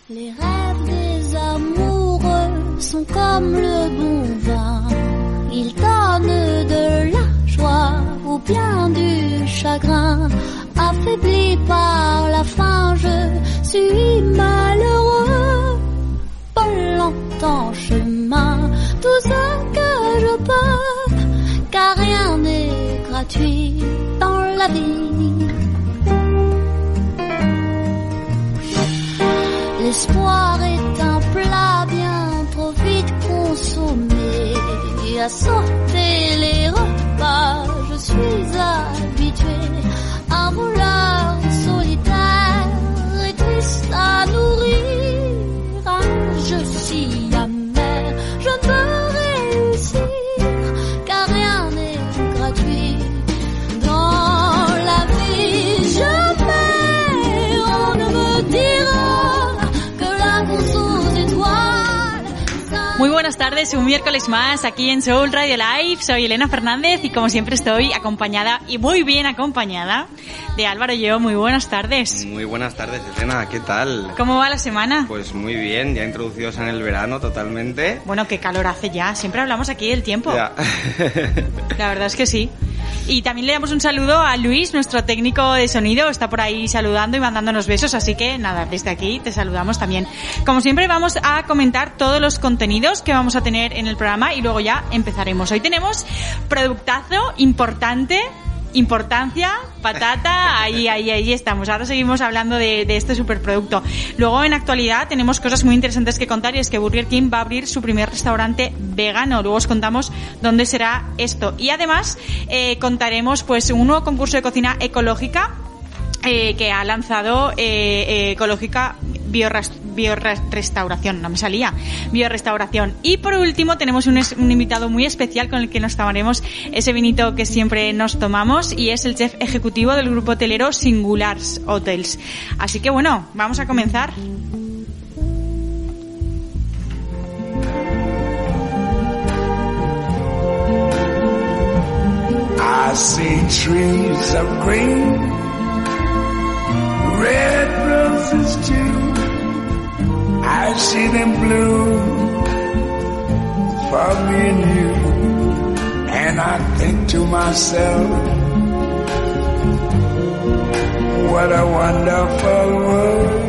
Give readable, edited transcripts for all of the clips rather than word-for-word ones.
Les rêves des amoureux sont comme le bon vin. Ils donnent de la joie ou bien du chagrin. Affaibli par la faim, je suis malheureux. Pas longtemps chemin, tout ce que je peux, car rien n'est gratuit dans la vie. L'espoir est un plat bien trop vite consommé. Et à sauter les repas, je suis habituée. Un voleur solitaire et triste à nourrir. Un jeu si amer, je ne peux réussir, car rien n'est gratuit dans la vie. Jamais on ne me dira que la course aux étoiles. Muy buenas tardes, un miércoles más aquí en Soul Radio Live. Soy Elena Fernández y como siempre estoy acompañada y muy bien acompañada de Álvaro Lleó. Muy buenas tardes. Muy buenas tardes, Elena, ¿qué tal? ¿Cómo va la semana? Pues muy bien, ya introducidos en el verano totalmente. Bueno, qué calor hace ya, siempre hablamos aquí del tiempo. Ya. La verdad es que sí. Y también le damos un saludo a Luis, nuestro técnico de sonido, está por ahí saludando y mandándonos besos, así que nada, desde aquí te saludamos también. Como siempre vamos a comentar todos los contenidos que vamos a tener en el programa y luego ya empezaremos. Hoy tenemos productazo importante, importancia, patata, ahí estamos. Ahora seguimos hablando de este superproducto. Luego en actualidad tenemos cosas muy interesantes que contar y es que Burger King va a abrir su primer restaurante vegano. Luego os contamos dónde será esto. Y además contaremos pues un nuevo concurso de cocina ecológica que ha lanzado Ecológica Biorestauración, no me salía, Biorestauración. Y por último tenemos un invitado muy especial con el que nos tomaremos ese vinito que siempre nos tomamos y es el chef ejecutivo del grupo hotelero Singulars Hotels. Así que bueno, vamos a comenzar. I see trees of green, red roses too. I see them bloom for me and you, and I think to myself, what a wonderful world.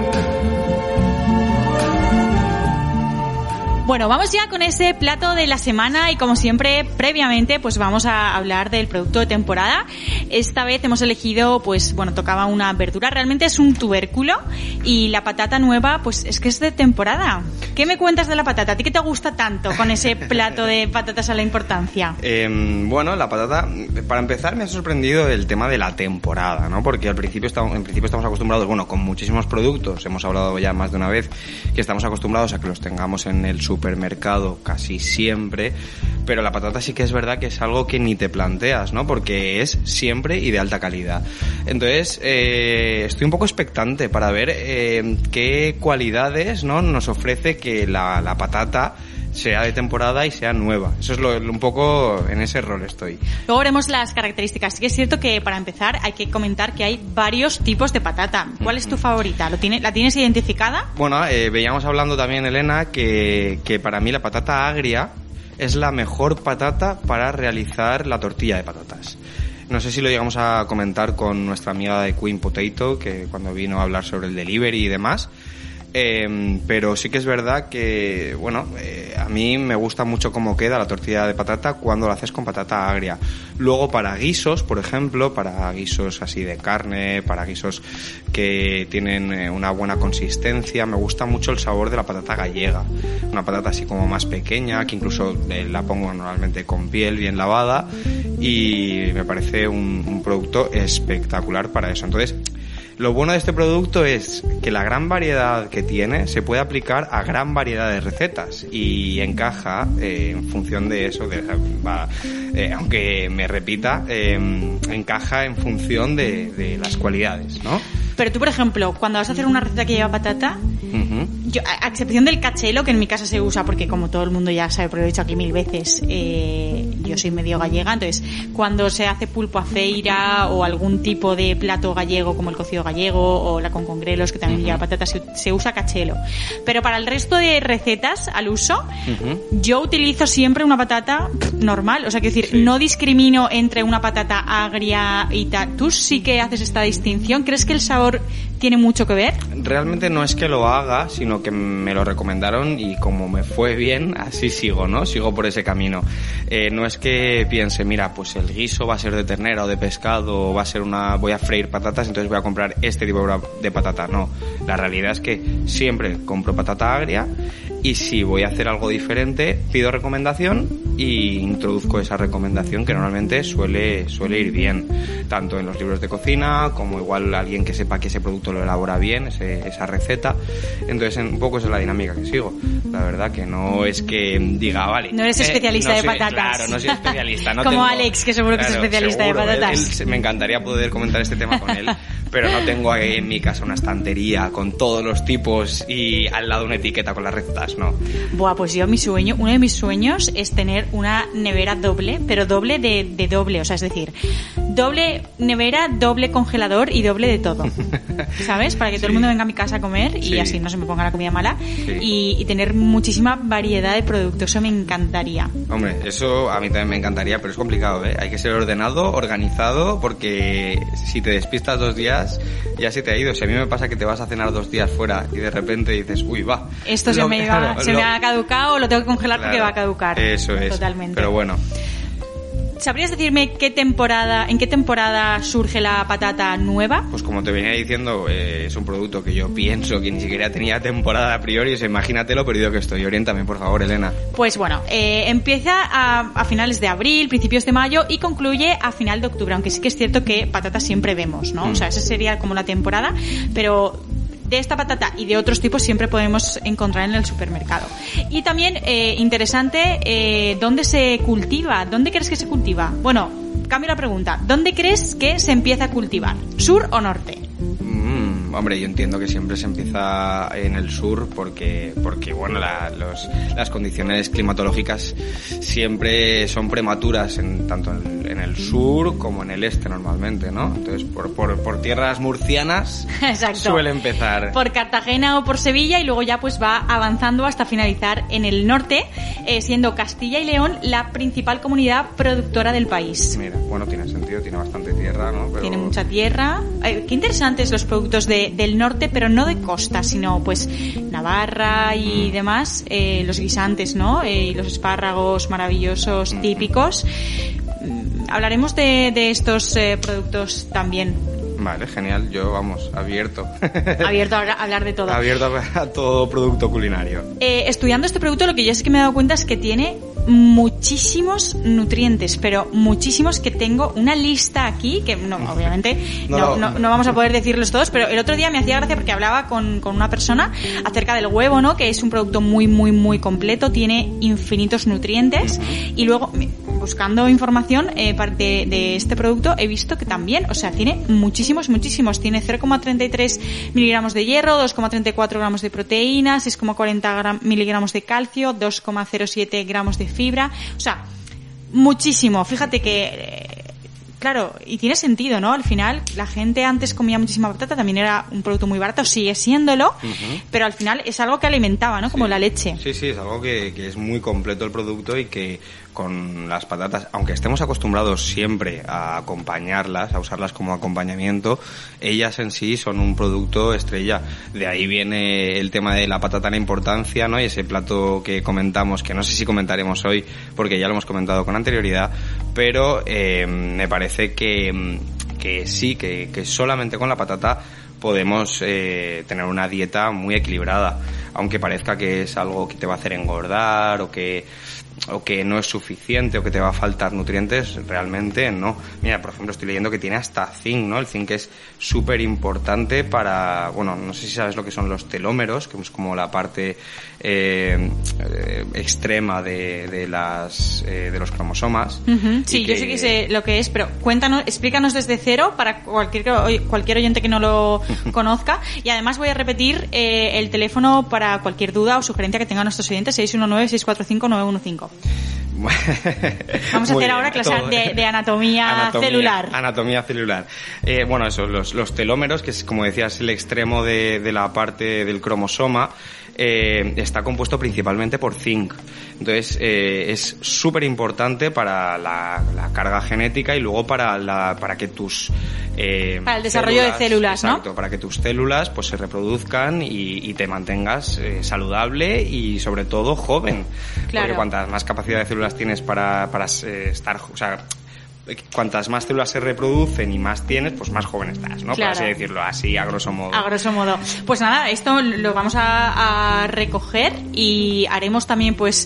Bueno, vamos ya con ese plato de la semana y como siempre, previamente, pues vamos a hablar del producto de temporada. Esta vez hemos elegido, pues bueno, tocaba una verdura, realmente es un tubérculo y la patata nueva, pues es que es de temporada. ¿Qué me cuentas de la patata? ¿A ti qué te gusta tanto con ese plato de patatas a la importancia? Bueno, la patata, para empezar me ha sorprendido el tema de la temporada, ¿no? Porque en principio estamos acostumbrados, bueno, con muchísimos productos, hemos hablado ya más de una vez que estamos acostumbrados a que los tengamos en el supermercado casi siempre, pero la patata sí que es verdad que es algo que ni te planteas, ¿no? Porque es siempre y de alta calidad. Entonces, estoy un poco expectante para ver qué cualidades, ¿no?, nos ofrece que la patata sea de temporada y sea nueva. Eso es un poco, en ese rol estoy. Luego veremos las características. Sí que es cierto que para empezar hay que comentar que hay varios tipos de patata. ¿Cuál es tu favorita? ¿La tienes identificada? Bueno, veíamos hablando también, Elena, que para mí la patata agria es la mejor patata para realizar la tortilla de patatas. No sé si lo llegamos a comentar con nuestra amiga de Queen Potato, que cuando vino a hablar sobre el delivery y demás. Pero sí que es verdad que, bueno, a mí me gusta mucho cómo queda la tortilla de patata cuando la haces con patata agria. Luego para guisos, por ejemplo, para guisos así de carne, para guisos que tienen una buena consistencia, me gusta mucho el sabor de la patata gallega. Una patata así como más pequeña, que incluso la pongo normalmente con piel bien lavada y me parece un producto espectacular para eso. Entonces, lo bueno de este producto es que la gran variedad que tiene se puede aplicar a gran variedad de recetas y encaja en función de eso, aunque me repita, encaja en función de las cualidades, ¿no? Pero tú, por ejemplo, cuando vas a hacer una receta que lleva patata, Yo, a excepción del cachelo, que en mi casa se usa porque como todo el mundo ya sabe, porque lo he dicho aquí 1000 veces, yo soy medio gallega, entonces cuando se hace pulpo a feira o algún tipo de plato gallego como el cocido gallego o la con congrelos, que también lleva patatas, se usa cachelo. Pero para el resto de recetas al uso, yo utilizo siempre una patata normal, o sea, quiero decir, no discrimino entre una patata agria y tal. ¿Tú sí que haces esta distinción? ¿Crees que el sabor tiene mucho que ver? Realmente no es que lo haga, sino que me lo recomendaron y como me fue bien, así sigo, ¿no? Sigo por ese camino. No es que piense, mira, pues el guiso va a ser de ternera o de pescado, o va a ser voy a freír patatas, entonces voy a comprar este tipo de patata. No, la realidad es que siempre compro patata agria y si voy a hacer algo diferente, pido recomendación y introduzco esa recomendación que normalmente suele ir bien, tanto en los libros de cocina como igual alguien que sepa que ese producto lo elabora bien, esa receta. Entonces un poco esa es la dinámica que sigo. La verdad que no es que diga, vale, no eres especialista de patatas. Claro, no soy especialista. No como tengo, Alex, que seguro que es especialista seguro, de patatas. me encantaría poder comentar este tema con él, pero no tengo ahí en mi casa una estantería con todos los tipos y al lado una etiqueta con las recetas, no. Buah, pues yo uno de mis sueños es tener una nevera doble, pero doble de doble, o sea, es decir, doble nevera, doble congelador y doble de todo, ¿sabes? Para que todo el mundo venga a mi casa a comer y así no se me ponga la comida mala y tener muchísima variedad de productos, eso me encantaría. Hombre, eso a mí también me encantaría, pero es complicado, ¿eh? Hay que ser ordenado, organizado, porque si te despistas 2 días, ya se te ha ido. Si a mí me pasa que te vas a cenar 2 días fuera y de repente dices, uy, va. Esto se me ha caducado, lo tengo que congelar porque va a caducar. Eso es. Totalmente. Pero bueno. ¿Sabrías decirme en qué temporada surge la patata nueva? Pues como te venía diciendo, es un producto que yo pienso que ni siquiera tenía temporada a priori, o sea, imagínate lo perdido que estoy. Oriéntame, por favor, Elena. Pues bueno, empieza a finales de abril, principios de mayo y concluye a final de octubre, aunque sí que es cierto que patatas siempre vemos, ¿no? O sea, esa sería como la temporada, pero de esta patata y de otros tipos siempre podemos encontrar en el supermercado. Y también, interesante, ¿dónde se cultiva? ¿Dónde crees que se cultiva? Bueno, cambio la pregunta. ¿Dónde crees que se empieza a cultivar? ¿Sur o norte? Hombre, yo entiendo que siempre se empieza en el sur porque bueno, las condiciones climatológicas siempre son prematuras tanto en el sur como en el este normalmente, ¿no? Entonces, por tierras murcianas suele empezar. Por Cartagena o por Sevilla y luego ya pues va avanzando hasta finalizar en el norte, siendo Castilla y León la principal comunidad productora del país. Mira, bueno, tiene sentido, tiene bastante tierra, ¿no? Pero... Tiene mucha tierra. Qué interesantes los productos del norte, pero no de costa, sino pues Navarra y demás, los guisantes, ¿no? Y los espárragos maravillosos, típicos. Hablaremos de estos productos también. Vale, genial. Yo, vamos, abierto. Abierto a hablar de todo. Abierto a todo producto culinario. Estudiando este producto, lo que yo sí que me he dado cuenta es que tiene muchísimos nutrientes, pero muchísimos, que tengo una lista aquí, que no, obviamente no vamos a poder decirlos todos, pero el otro día me hacía gracia porque hablaba con una persona acerca del huevo, ¿no? Que es un producto muy, muy, muy completo, tiene infinitos nutrientes, y luego, buscando información de este producto, he visto que también, o sea, tiene muchísimos, tiene 0,33 miligramos de hierro, 2,34 gramos de proteína, 6,40 miligramos de calcio, 2,07 gramos de fibra, o sea, muchísimo. Fíjate que, claro, y tiene sentido, ¿no? Al final, la gente antes comía muchísima patata, también era un producto muy barato, sigue siéndolo, pero al final es algo que alimentaba, ¿no? Como la leche. Sí, es algo que es muy completo el producto y que con las patatas, aunque estemos acostumbrados siempre a acompañarlas, a usarlas como acompañamiento, ellas en sí son un producto estrella. De ahí viene el tema de la patata, la importancia, ¿no? Y ese plato que comentamos, que no sé si comentaremos hoy, porque ya lo hemos comentado con anterioridad, pero me parece que sí, que solamente con la patata podemos tener una dieta muy equilibrada, aunque parezca que es algo que te va a hacer engordar o que que no es suficiente o que te va a faltar nutrientes, realmente no. Mira, por ejemplo, estoy leyendo que tiene hasta zinc, ¿no? El zinc es súper importante para, bueno, no sé si sabes lo que son los telómeros, que es como la parte extrema de los cromosomas. Uh-huh. Sí, yo sí que sé lo que es, pero explícanos desde cero para cualquier oyente que no lo conozca. Y además voy a repetir el teléfono para cualquier duda o sugerencia que tengan nuestros oyentes, 619-645-915. Vamos a hacer ahora clase de anatomía celular. Anatomía celular. Bueno, eso, los telómeros, que es, como decías, el extremo de la parte del cromosoma, está compuesto principalmente por zinc. Entonces, es súper importante para la carga genética y luego para que tus para el desarrollo de células, exacto, ¿no? Para que tus células pues se reproduzcan y te mantengas saludable y sobre todo joven. Claro. Porque cuantas más capacidad de células tienes para estar, o sea, cuantas más células se reproducen y más tienes, pues más joven estás, ¿no? Claro. Por así decirlo, así a grosso modo. A grosso modo. Pues nada, esto lo vamos a recoger y haremos también pues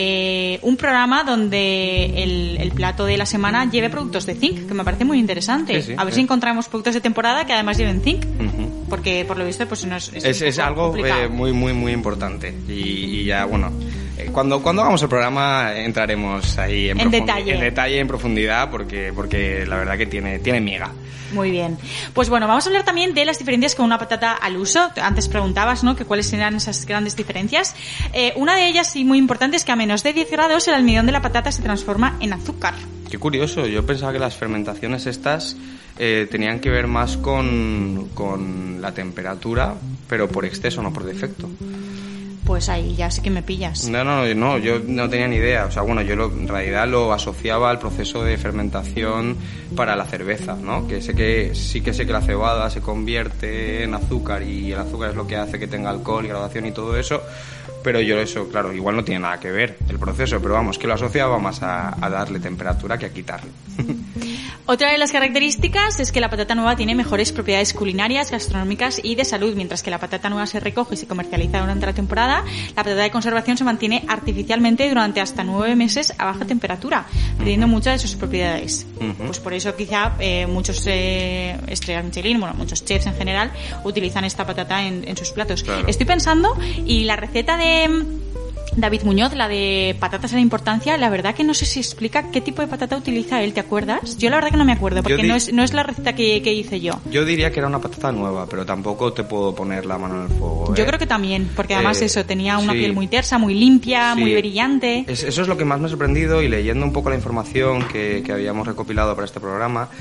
un programa donde el plato de la semana lleve productos de zinc, que me parece muy interesante. Sí, a ver si encontramos productos de temporada que además lleven zinc. Uh-huh. Porque por lo visto pues no es algo muy muy muy importante y ya bueno, cuando hagamos el programa entraremos ahí en detalle, en profundidad, porque la verdad que tiene miga. Muy bien. Pues bueno, vamos a hablar también de las diferencias con una patata al uso. Antes preguntabas, ¿no?, que cuáles eran esas grandes diferencias. Una de ellas, y muy importante, es que a menos de 10 grados el almidón de la patata se transforma en azúcar. Qué curioso. Yo pensaba que las fermentaciones estas tenían que ver más con la temperatura, pero por exceso, no por defecto. Pues ahí ya sí que me pillas. No, yo no tenía ni idea. O sea, bueno, yo en realidad lo asociaba al proceso de fermentación para la cerveza, ¿no? Que sé que la cebada se convierte en azúcar y el azúcar es lo que hace que tenga alcohol y graduación y todo eso. Pero yo eso, claro, igual no tiene nada que ver el proceso, pero vamos, que lo asociaba más a darle temperatura que a quitarle. Otra de las características es que la patata nueva tiene mejores propiedades culinarias, gastronómicas y de salud. Mientras que la patata nueva se recoge y se comercializa durante la temporada, la patata de conservación se mantiene artificialmente durante hasta 9 meses a baja temperatura, perdiendo muchas de sus propiedades. Uh-huh. Pues por eso quizá muchos estrellas Michelin, bueno, muchos chefs en general, utilizan esta patata en sus platos. Claro. Estoy pensando, y la receta de David Muñoz, la de patatas a la importancia, la verdad que no sé si explica qué tipo de patata utiliza él, ¿te acuerdas? Yo la verdad que no me acuerdo, porque no es la receta que hice yo. Yo diría que era una patata nueva, pero tampoco te puedo poner la mano en el fuego. Yo creo que también, porque además tenía una piel muy tersa, muy limpia, muy brillante. Eso es lo que más me ha sorprendido, y leyendo un poco la información que habíamos recopilado para este programa,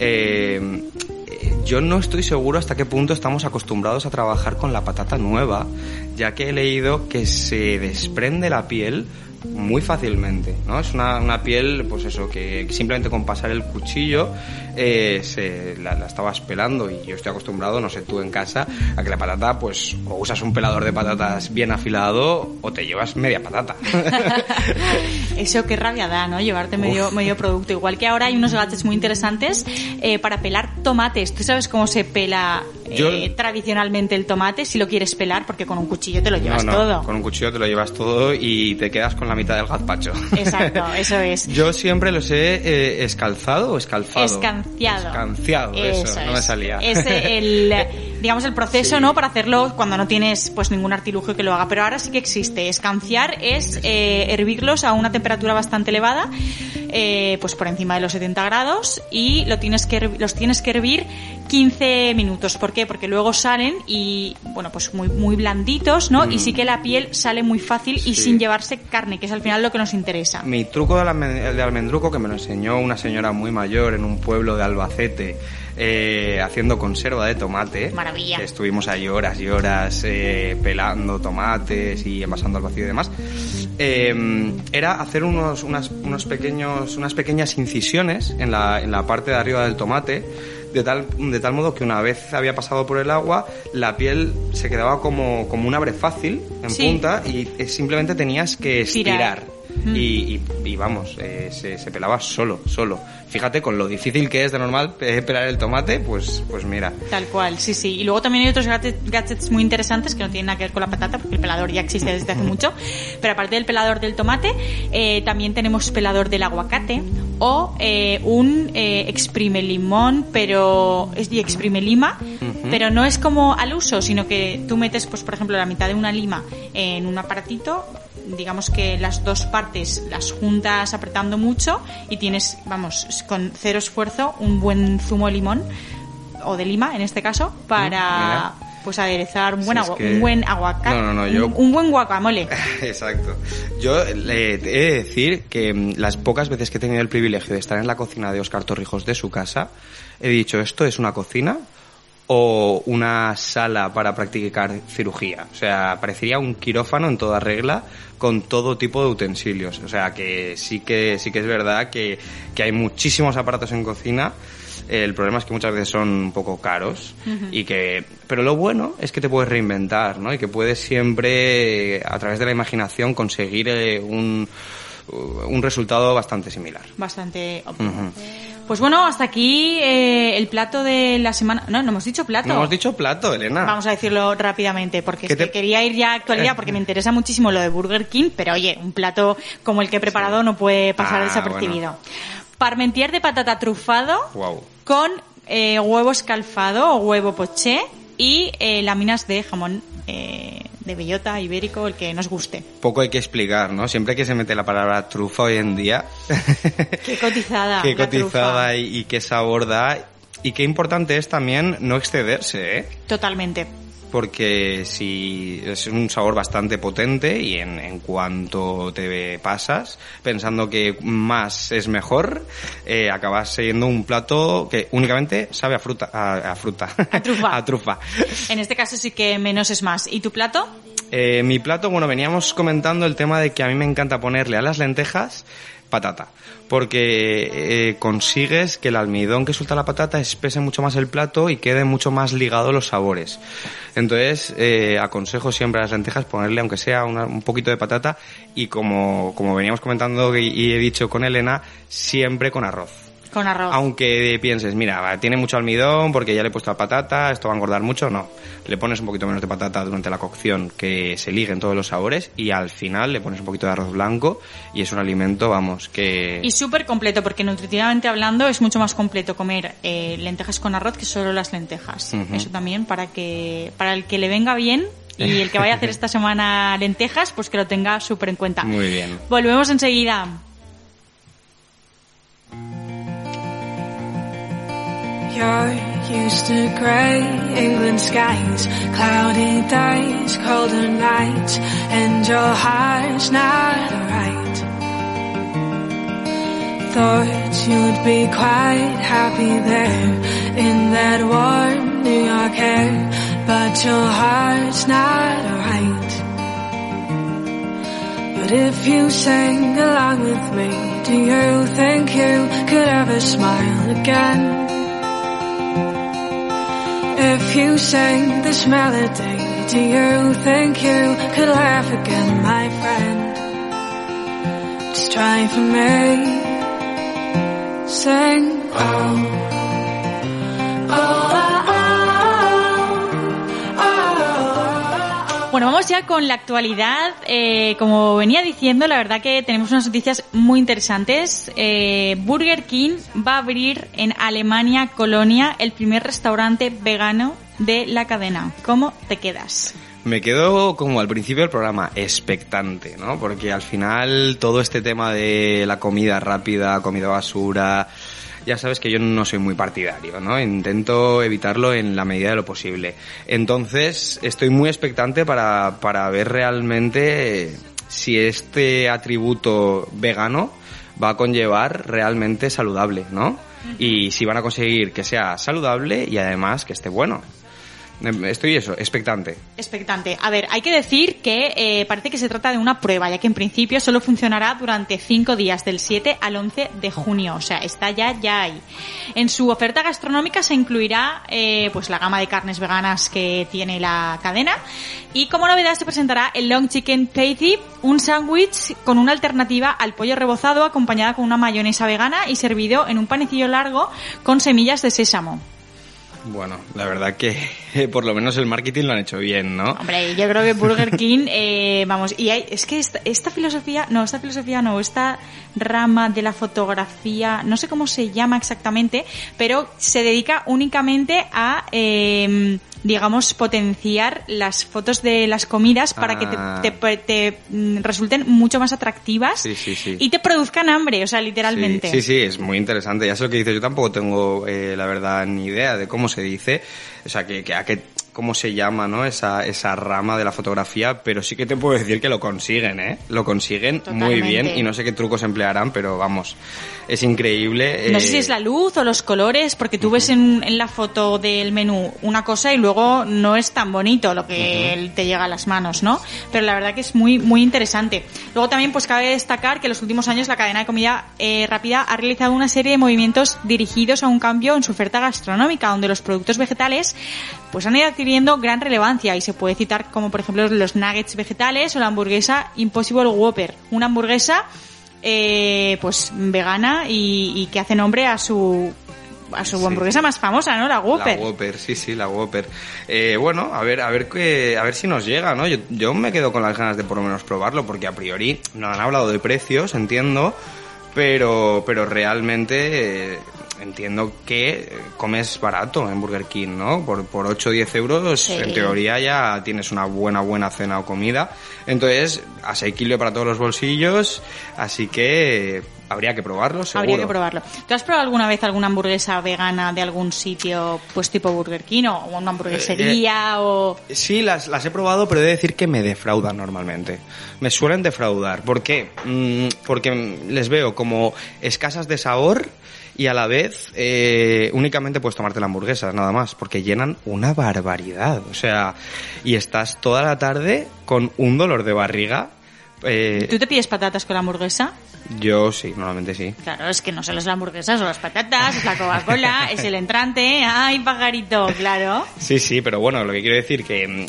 yo no estoy seguro hasta qué punto estamos acostumbrados a trabajar con la patata nueva, ya que he leído que se desprende la piel muy fácilmente, ¿no? Es una piel, pues eso, que simplemente con pasar el cuchillo la estabas pelando, y yo estoy acostumbrado, no sé tú en casa, a que la patata, pues, o usas un pelador de patatas bien afilado o te llevas media patata. Eso qué rabia da, ¿no? Llevarte medio producto. Igual que ahora hay unos gadgets muy interesantes para pelar tomates. ¿Tú sabes cómo se pela tradicionalmente el tomate si lo quieres pelar? Porque con un cuchillo te lo llevas todo. Con un cuchillo te lo llevas todo y te quedas con la mitad del gazpacho. Exacto, eso es. Yo siempre los he escalzado o escalfado. Escanciado, eso no me salía. Es el proceso, ¿no? Para hacerlo cuando no tienes pues ningún artilugio que lo haga. Pero ahora sí que existe. Escanciar es hervirlos a una temperatura bastante elevada, pues por encima de los 70 grados, y los tienes que hervir 15 minutos. ¿Por qué? Porque luego salen y, bueno, pues muy, muy blanditos, ¿no? Y sí que la piel sale muy fácil y sin llevarse carne, que es al final lo que nos interesa. Mi truco de almendruco, que me lo enseñó una señora muy mayor en un pueblo de Albacete, haciendo conserva de tomate. Maravilla. Estuvimos ahí horas y horas pelando tomates y envasando al vacío y demás. Era hacer unas pequeñas incisiones en la parte de arriba del tomate, de tal modo que una vez había pasado por el agua, la piel se quedaba como un abre fácil en punta, y simplemente tenías que estirar. y vamos, se pelaba solo. Fíjate, con lo difícil que es de normal pelar el tomate, pues mira. Tal cual, sí. Y luego también hay otros gadgets muy interesantes que no tienen nada que ver con la patata, porque el pelador ya existe desde hace mucho. Pero aparte del pelador del tomate, también tenemos pelador del aguacate o un exprime limón, y exprime lima, pero no es como al uso, sino que tú metes, pues por ejemplo, la mitad de una lima en un aparatito, digamos que las dos partes las juntas apretando mucho y tienes, vamos, con cero esfuerzo, un buen zumo de limón o de lima en este caso para pues aderezar un buen aguacate, un buen guacamole. Exacto. Yo he de decir que las pocas veces que he tenido el privilegio de estar en la cocina de Óscar Torrijos de su casa, he dicho, ¿esto es una cocina o una sala para practicar cirugía? O sea, parecería un quirófano en toda regla, con todo tipo de utensilios. O sea, que sí que es verdad que hay muchísimos aparatos en cocina. El problema es que muchas veces son un poco caros pero lo bueno es que te puedes reinventar, ¿no? Y que puedes siempre, a través de la imaginación, conseguir un resultado bastante similar. Bastante óptimo. Pues bueno, hasta aquí el plato de la semana. No hemos dicho plato. No hemos dicho plato, Elena. Vamos a decirlo rápidamente, porque es que quería ir ya a actualidad, porque me interesa muchísimo lo de Burger King, pero oye, un plato como el que he preparado no puede pasar desapercibido. Bueno. Parmentier de patata trufado con huevo escalfado o huevo poché y láminas de jamón de bellota, ibérico, el que nos guste. Poco hay que explicar, ¿no? Siempre que se mete la palabra trufa hoy en día. Qué cotizada. Qué cotizada y qué sabor da. Y qué importante es también no excederse, ¿eh? Totalmente. Porque si es un sabor bastante potente y en cuanto te pasas pensando que más es mejor, acabas siendo un plato que únicamente sabe a fruta. A trufa. A trufa. En este caso sí que menos es más. ¿Y tu plato? Mi plato, bueno, veníamos comentando el tema de que a mí me encanta ponerle a las lentejas patata, porque consigues que el almidón que suelta la patata espese mucho más el plato y quede mucho más ligado los sabores. Entonces aconsejo siempre a las lentejas ponerle, aunque sea un poquito de patata, y como veníamos comentando y he dicho con Elena, siempre con arroz. Con arroz. Aunque pienses, mira, tiene mucho almidón porque ya le he puesto la patata, esto va a engordar mucho, no. Le pones un poquito menos de patata durante la cocción, que se liguen todos los sabores, y al final le pones un poquito de arroz blanco y es un alimento, vamos, que... Y súper completo, porque nutritivamente hablando es mucho más completo comer lentejas con arroz que solo las lentejas. Eso también para el que le venga bien y el que vaya a hacer esta semana lentejas, pues que lo tenga súper en cuenta. Muy bien. Volvemos enseguida. You're used to grey England skies, cloudy days, colder nights, and your heart's not right. Thought you'd be quite happy there in that warm New York air, but your heart's not right. But if you sang along with me, do you think you could ever smile again? If you sang this melody, do you think you could laugh again, my friend? Just try for me. Sing, oh, oh, oh, oh. Bueno, vamos ya con la actualidad. Como venía diciendo, la verdad que tenemos unas noticias muy interesantes. Burger King va a abrir en Alemania, Colonia, el primer restaurante vegano de la cadena. ¿Cómo te quedas? Me quedo como al principio del programa, expectante, ¿no? Porque al final todo este tema de la comida rápida, comida basura, ya sabes que yo no soy muy partidario, ¿no? Intento evitarlo en la medida de lo posible. Entonces, estoy muy expectante para ver realmente si este atributo vegano va a conllevar realmente saludable, ¿no? Y si van a conseguir que sea saludable y además que esté bueno. Estoy expectante. Expectante. A ver, hay que decir que parece que se trata de una prueba, ya que en principio solo funcionará durante 5 días, del 7 al 11 de junio. O sea, está ya ahí. En su oferta gastronómica se incluirá pues la gama de carnes veganas que tiene la cadena. Y como novedad se presentará el Long Chicken Patty, un sándwich con una alternativa al pollo rebozado acompañada con una mayonesa vegana y servido en un panecillo largo con semillas de sésamo. Bueno, la verdad que por lo menos el marketing lo han hecho bien, ¿no? Hombre, yo creo que Burger King, vamos, y es que esta rama de la fotografía, no sé cómo se llama exactamente, pero se dedica únicamente a, digamos, potenciar las fotos de las comidas para que te resulten mucho más atractivas y te produzcan hambre, o sea, literalmente. Sí, es muy interesante. Ya sé lo que dices, yo tampoco tengo, la verdad, ni idea de cómo se dice, o sea, cómo se llama, ¿no? Esa rama de la fotografía, pero sí que te puedo decir que lo consiguen, ¿eh? Lo consiguen muy bien y no sé qué trucos emplearán, pero vamos, es increíble. No sé si es la luz o los colores, porque tú ves en la foto del menú una cosa y luego no es tan bonito lo que te llega a las manos, ¿no? Pero la verdad que es muy, muy interesante. Luego también pues cabe destacar que en los últimos años la cadena de comida rápida ha realizado una serie de movimientos dirigidos a un cambio en su oferta gastronómica, donde los productos vegetales pues han ido adquiriendo gran relevancia, y se puede citar como por ejemplo los nuggets vegetales o la hamburguesa Impossible Whopper, una hamburguesa pues vegana y que hace nombre a su hamburguesa más famosa, ¿no? La Whopper. La Whopper, sí, la Whopper. Bueno, a ver si nos llega, ¿no? Yo me quedo con las ganas de por lo menos probarlo, porque a priori no han hablado de precios, entiendo, pero realmente entiendo que comes barato en Burger King, ¿no? Por 8 o 10 euros, en teoría ya tienes una buena cena o comida. Entonces, asequible para todos los bolsillos, así que habría que probarlo, seguro. Habría que probarlo. ¿Tú has probado alguna vez alguna hamburguesa vegana de algún sitio, pues tipo Burger King o una hamburguesería o...? Sí, las he probado, pero he de decir que me defraudan normalmente. Me suelen defraudar. ¿Por qué? Porque les veo como escasas de sabor y a la vez únicamente puedes tomarte la hamburguesa, nada más, porque llenan una barbaridad. O sea, y estás toda la tarde con un dolor de barriga. ¿Tú te pides patatas con la hamburguesa? Yo sí, normalmente sí. Claro, es que no solo es la hamburguesa, son las patatas, es la Coca-Cola, es el entrante. ¡Ay, pajarito! Claro. Sí, pero bueno, lo que quiero decir que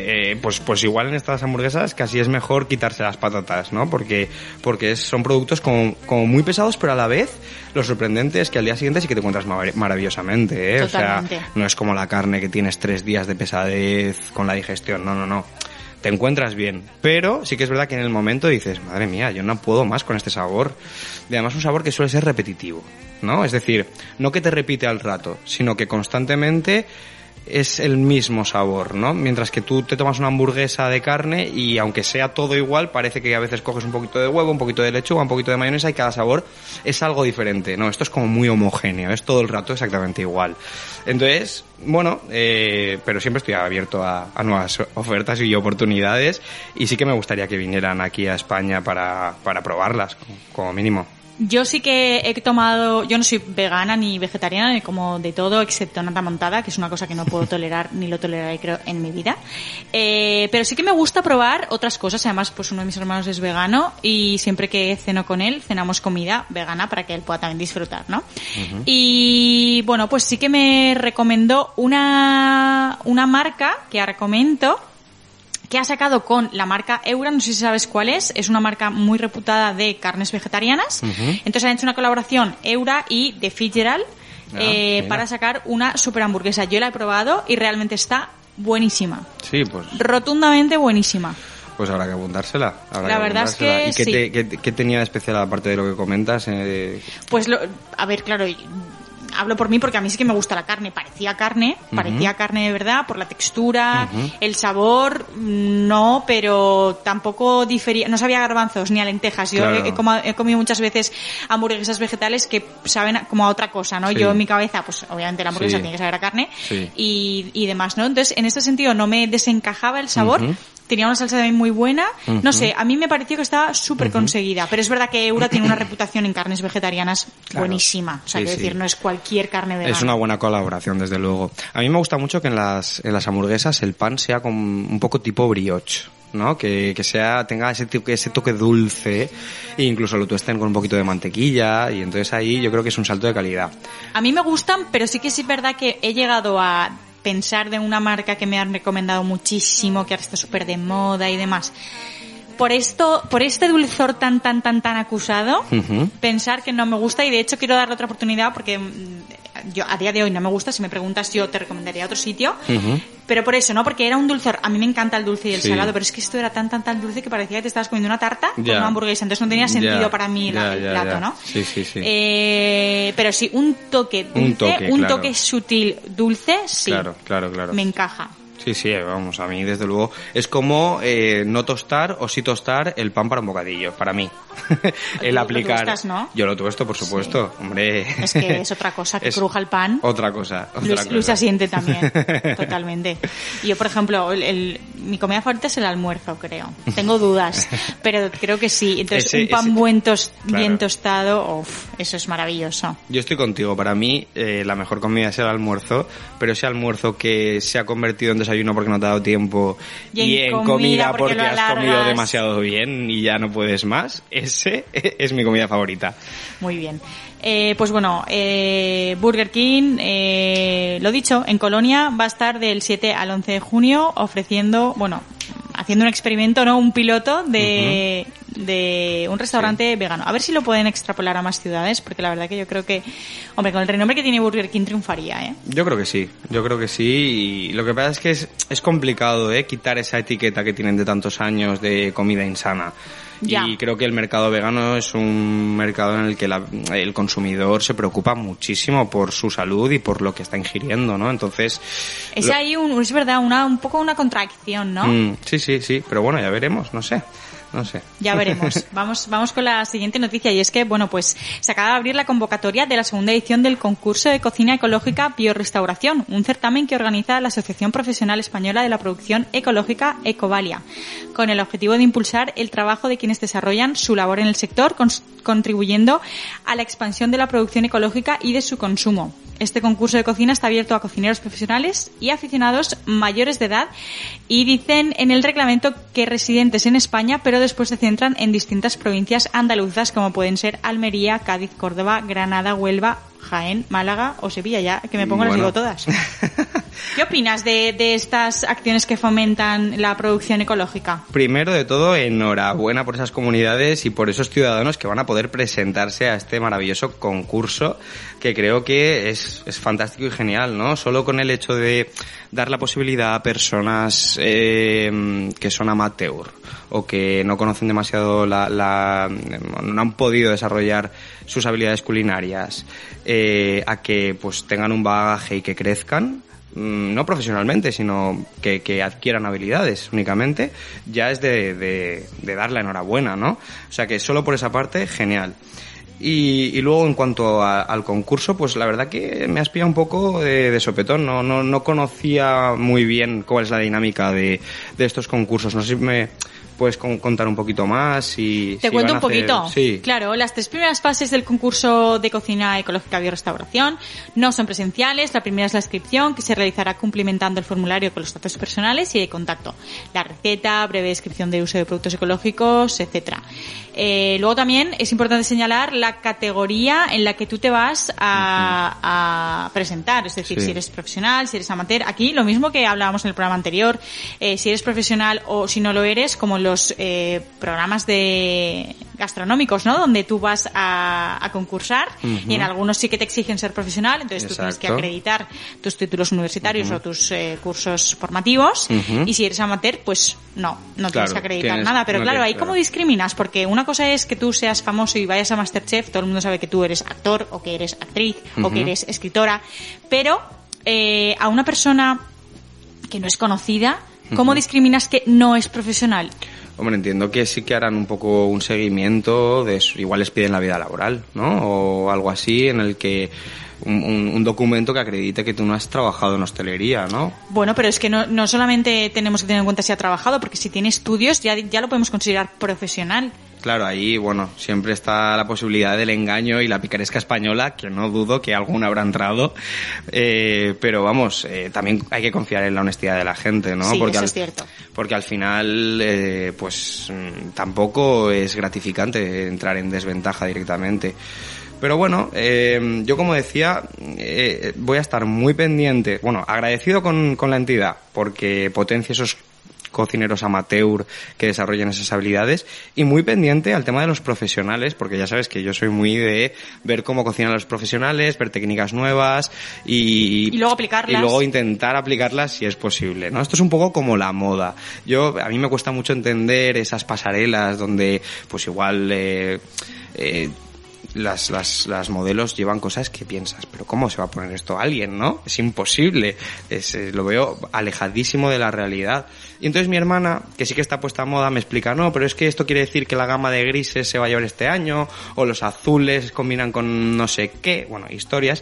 pues igual en estas hamburguesas casi es mejor quitarse las patatas, ¿no? Porque son productos como muy pesados, pero a la vez lo sorprendente es que al día siguiente sí que te encuentras maravillosamente, ¿eh? Totalmente. O sea, no es como la carne que tienes 3 días de pesadez con la digestión, no. Te encuentras bien, pero sí que es verdad que en el momento dices, madre mía, yo no puedo más con este sabor. Y además un sabor que suele ser repetitivo, ¿no? Es decir, no que te repite al rato, sino que constantemente es el mismo sabor, ¿no? Mientras que tú te tomas una hamburguesa de carne y aunque sea todo igual, parece que a veces coges un poquito de huevo, un poquito de lechuga, un poquito de mayonesa y cada sabor es algo diferente, ¿no? Esto es como muy homogéneo, es todo el rato exactamente igual. Entonces, bueno, pero siempre estoy abierto a nuevas ofertas y oportunidades, y sí que me gustaría que vinieran aquí a España para probarlas, como mínimo. Yo sí que he tomado, yo no soy vegana ni vegetariana, ni como de todo, excepto nata montada, que es una cosa que no puedo tolerar, ni lo toleraré creo en mi vida. Pero sí que me gusta probar otras cosas, además pues uno de mis hermanos es vegano y siempre que ceno con él, cenamos comida vegana para que él pueda también disfrutar, ¿no? Uh-huh. Y bueno, pues sí que me recomendó una marca que ahora comento, que ha sacado con la marca Eura, no sé si sabes cuál es una marca muy reputada de carnes vegetarianas. Uh-huh. Entonces han hecho una colaboración Eura y The Fitzgerald para sacar una super hamburguesa. Yo la he probado y realmente está buenísima. Sí, pues rotundamente buenísima. Pues habrá que apuntársela. La verdad es que ¿Y qué tenía de especial aparte de lo que comentas? Pues a ver, claro, hablo por mí porque a mí sí que me gusta la carne. Parecía carne de verdad, por la textura, el sabor, no, pero tampoco difería, no sabía a garbanzos ni a lentejas. Yo claro. he comido muchas veces hamburguesas vegetales que saben como a otra cosa, ¿no? Sí. Yo en mi cabeza, pues obviamente la hamburguesa tiene que saber a carne y demás, ¿no? Entonces, en este sentido no me desencajaba el sabor, tenía una salsa también muy buena. No sé, a mí me pareció que estaba súper conseguida. Pero es verdad que Eura tiene una reputación en carnes vegetarianas buenísima. O sea, quiero decir, no es cualquier carne vegana. Es una buena colaboración, desde luego. A mí me gusta mucho que en las hamburguesas el pan sea como un poco tipo brioche, ¿no? Que tenga ese toque dulce, e incluso lo tuesten con un poquito de mantequilla, y entonces ahí yo creo que es un salto de calidad. A mí me gustan, pero sí que es verdad que he llegado a pensar de una marca que me han recomendado muchísimo, que ahora está súper de moda y demás. Por este dulzor tan acusado, pensar que no me gusta, y de hecho quiero darle otra oportunidad porque yo a día de hoy no me gusta. Si me preguntas, yo te recomendaría otro sitio. Pero por eso, ¿no? Porque era un dulzor. A mí me encanta el dulce y el salado, pero es que esto era tan dulce que parecía que te estabas comiendo una tarta con una hamburguesa. Entonces no tenía sentido para mí el plato, ¿no? Sí. Pero sí, un toque dulce, un toque sutil dulce, sí. Claro. Me encaja. Sí, vamos, a mí desde luego es como no tostar o sí tostar el pan para un bocadillo, para mí. El aplicar. ¿Lo tostas, no? Yo lo tuesto, por supuesto, hombre. Es que es otra cosa, que cruja el pan. Otra cosa. Luis asiente también, totalmente. Y yo, por ejemplo, mi comida favorita es el almuerzo, creo. Tengo dudas, pero creo que sí. Entonces, un pan bien tostado, eso es maravilloso. Yo estoy contigo, para mí la mejor comida es el almuerzo, pero ese almuerzo que se ha convertido en desayuno porque no te ha dado tiempo y en comida porque has comido demasiado bien y ya no puedes más, ese es mi comida favorita. Muy bien. Pues bueno, Burger King, lo dicho, en Colonia va a estar del 7 al 11 de junio haciendo un experimento, ¿no? Un piloto de un restaurante vegano. A ver si lo pueden extrapolar a más ciudades, porque la verdad que yo creo que, hombre, con el renombre que tiene Burger King triunfaría, ¿eh? Yo creo que sí, y lo que pasa es que es complicado, quitar esa etiqueta que tienen de tantos años de comida insana. Ya. Y creo que el mercado vegano es un mercado en el que el consumidor se preocupa muchísimo por su salud y por lo que está ingiriendo, ¿no? Entonces... Es verdad, un poco una contradicción, ¿no? Sí, pero bueno, ya veremos, no sé. Ya veremos. Vamos con la siguiente noticia, y es que, pues se acaba de abrir la convocatoria de la segunda edición del concurso de cocina ecológica Biorestauración, un certamen que organiza la Asociación Profesional Española de la Producción Ecológica Ecovalia, con el objetivo de impulsar el trabajo de quienes desarrollan su labor en el sector, contribuyendo a la expansión de la producción ecológica y de su consumo. Este concurso de cocina está abierto a cocineros profesionales y aficionados mayores de edad, y dicen en el reglamento que residentes en España, pero después se centran en distintas provincias andaluzas como pueden ser Almería, Cádiz, Córdoba, Granada, Huelva, Jaén, Málaga o Sevilla, ya que me pongo las digo todas. ¿Qué opinas de estas acciones que fomentan la producción ecológica? Primero de todo, enhorabuena por esas comunidades y por esos ciudadanos que van a poder presentarse a este maravilloso concurso, que creo que es fantástico y genial, ¿no? Solo con el hecho de dar la posibilidad a personas que son amateur o que no conocen demasiado no han podido desarrollar sus habilidades culinarias, a que pues tengan un bagaje y que crezcan, no profesionalmente, sino que adquieran habilidades únicamente, ya es de dar la enhorabuena, ¿no? O sea que solo por esa parte, genial. Y luego en cuanto al concurso, pues la verdad que me has pillado un poco de sopetón, no conocía muy bien cuál es la dinámica de estos concursos. No sé si me puedes contar un poquito más. Te cuento un poquito. Sí. Claro, las 3 primeras fases del concurso de cocina ecológica Biorestauración no son presenciales. La primera es la inscripción, que se realizará cumplimentando el formulario con los datos personales y de contacto, la receta, breve descripción de uso de productos ecológicos, etcétera. Luego también es importante señalar la categoría en la que tú te vas a presentar, es decir, si eres profesional, si eres amateur. Aquí lo mismo que hablábamos en el programa anterior, si eres profesional o si no lo eres, como los programas gastronómicos, ¿no? Donde tú vas a concursar, y en algunos sí que te exigen ser profesional, entonces tú tienes que acreditar tus títulos universitarios o tus cursos formativos, y si eres amateur, pues no tienes que acreditar nada. Pero claro, ahí ¿cómo discriminas? Porque una cosa es que tú seas famoso y vayas a MasterChef, todo el mundo sabe que tú eres actor o que eres actriz o que eres escritora, pero a una persona que no es conocida, ¿cómo discriminas que no es profesional? Hombre, entiendo que sí que harán un poco un seguimiento igual les piden la vida laboral, ¿no? O algo así en el que un documento que acredite que tú no has trabajado en hostelería, ¿no? Bueno, pero es que no solamente tenemos que tener en cuenta si ha trabajado, porque si tiene estudios ya lo podemos considerar profesional. Claro, ahí, bueno, siempre está la posibilidad del engaño y la picaresca española, que no dudo que alguna habrá entrado, pero vamos, también hay que confiar en la honestidad de la gente, ¿no? Sí, porque eso es cierto. Porque al final, pues tampoco es gratificante entrar en desventaja directamente. Pero bueno, yo como decía, voy a estar muy pendiente, bueno, agradecido con la entidad, porque potencia esos cocineros amateur que desarrollen esas habilidades, y muy pendiente al tema de los profesionales, porque ya sabes que yo soy muy de ver cómo cocinan los profesionales, ver técnicas nuevas y luego aplicarlas. Y luego intentar aplicarlas si es posible, ¿no? Esto es un poco como la moda. A mí me cuesta mucho entender esas pasarelas donde pues igual las modelos llevan cosas que piensas, pero ¿cómo se va a poner esto a alguien, no? Es imposible. Lo veo alejadísimo de la realidad. Y entonces mi hermana, que sí que está puesta a moda, me explica, no, pero es que esto quiere decir que la gama de grises se va a llevar este año, o los azules combinan con no sé qué, bueno, historias.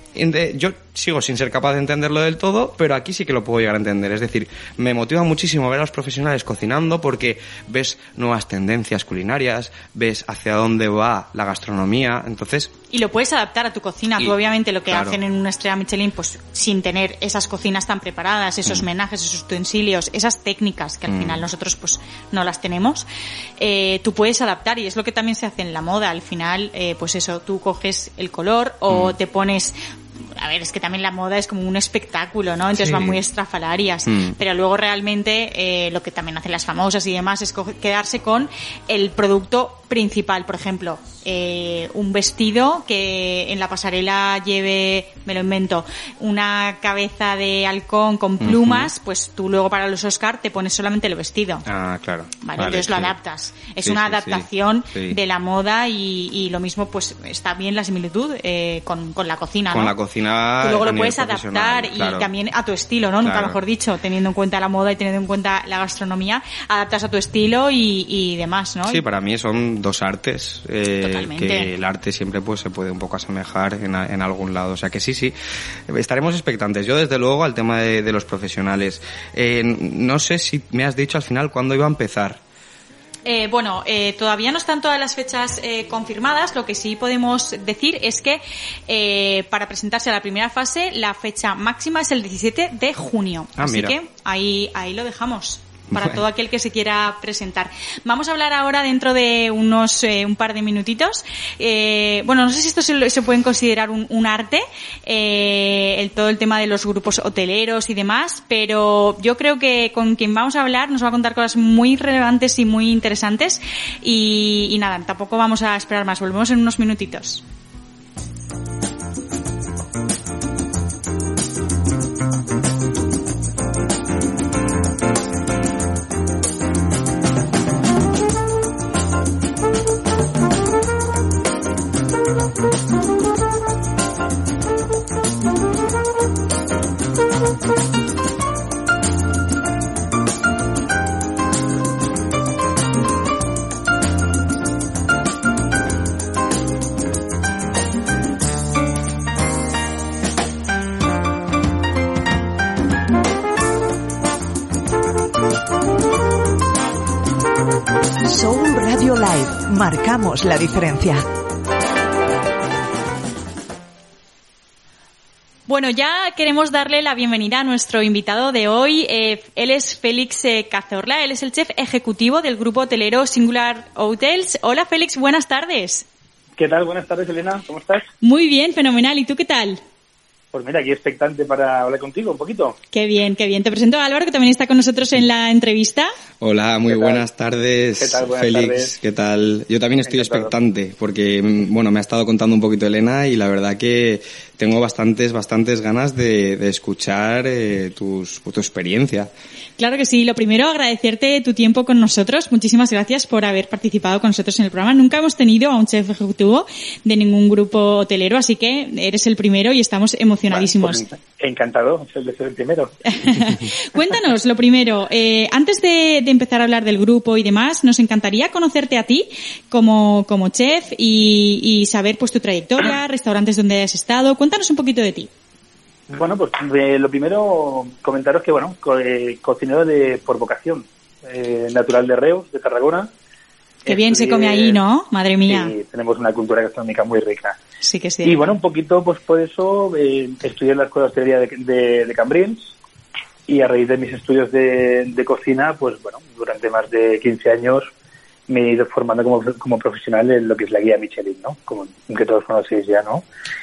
Yo sigo sin ser capaz de entenderlo del todo, pero aquí sí que lo puedo llegar a entender. Es decir, me motiva muchísimo ver a los profesionales cocinando porque ves nuevas tendencias culinarias, ves hacia dónde va la gastronomía, entonces... Y lo puedes adaptar a tu cocina. Tú obviamente lo que hacen en una estrella Michelin, pues sin tener esas cocinas tan preparadas, esos menajes, esos utensilios, esas técnicas que al final nosotros pues no las tenemos, tú puedes adaptar, y es lo que también se hace en la moda. Al final, pues eso, tú coges el color o te pones... A ver, es que también la moda es como un espectáculo, ¿no? Entonces van muy estrafalarias. Pero luego realmente lo que también hacen las famosas y demás es quedarse con el producto principal. Por ejemplo, un vestido que en la pasarela lleve, me lo invento, una cabeza de halcón con plumas, pues tú luego para los Oscar te pones solamente el vestido. Ah, claro. Vale, entonces lo adaptas. Es una adaptación de la moda y lo mismo, pues está bien la similitud con la cocina, ¿no? Con la cocina. Tú luego lo puedes adaptar y también a tu estilo, ¿no? Nunca mejor dicho, teniendo en cuenta la moda y teniendo en cuenta la gastronomía, adaptas a tu estilo y demás, ¿no? Sí, para mí son dos artes. Que el arte siempre pues se puede un poco asemejar en algún lado. O sea que sí, estaremos expectantes. Yo desde luego al tema de los profesionales. No sé si me has dicho al final cuándo iba a empezar. Todavía no están todas las fechas confirmadas. Lo que sí podemos decir es que para presentarse a la primera fase la fecha máxima es el 17 de junio. Así que ahí lo dejamos para todo aquel que se quiera presentar. Vamos a hablar ahora dentro de unos un par de minutitos. No sé si esto se pueden considerar un arte, todo el tema de los grupos hoteleros y demás, pero yo creo que con quien vamos a hablar nos va a contar cosas muy relevantes y muy interesantes y nada, tampoco vamos a esperar más. Volvemos en unos minutitos. Soul Radio Live. Marcamos la diferencia. Bueno, ya queremos darle la bienvenida a nuestro invitado de hoy. Él es Félix Cazorla, él es el chef ejecutivo del grupo hotelero Singular Hotels. Hola Félix, buenas tardes. ¿Qué tal? Buenas tardes, Elena. ¿Cómo estás? Muy bien, fenomenal. ¿Y tú qué tal? Pues mira, aquí expectante para hablar contigo un poquito. Qué bien, qué bien. Te presento a Álvaro, que también está con nosotros en la entrevista. Hola, muy buenas tardes. ¿Qué tal? Buenas Félix, tardes. ¿Qué tal? Yo también estoy expectante porque, me ha estado contando un poquito Elena y la verdad que tengo bastantes ganas de escuchar tu experiencia. Claro que sí. Lo primero, agradecerte tu tiempo con nosotros. Muchísimas gracias por haber participado con nosotros en el programa. Nunca hemos tenido a un chef ejecutivo de ningún grupo hotelero, así que eres el primero y estamos emocionados emocionadísimos. Pues, encantado de ser el primero. Cuéntanos, lo primero, antes de empezar a hablar del grupo y demás, nos encantaría conocerte a ti como chef y saber pues tu trayectoria, restaurantes donde hayas estado. Cuéntanos un poquito de ti. Bueno, pues lo primero, comentaros que, cocinero por vocación, natural de Reus, de Tarragona. Qué bien se come ahí, ¿no? Madre mía. Sí, tenemos una cultura gastronómica muy rica. Sí que sí. Y un poquito, pues por eso estudié en la Escuela de Hostelería de Cambrils, y a raíz de mis estudios de cocina, pues durante más de 15 años me he ido formando como profesional en lo que es la guía Michelin, ¿no? Como que todos conocéis ya, ¿no?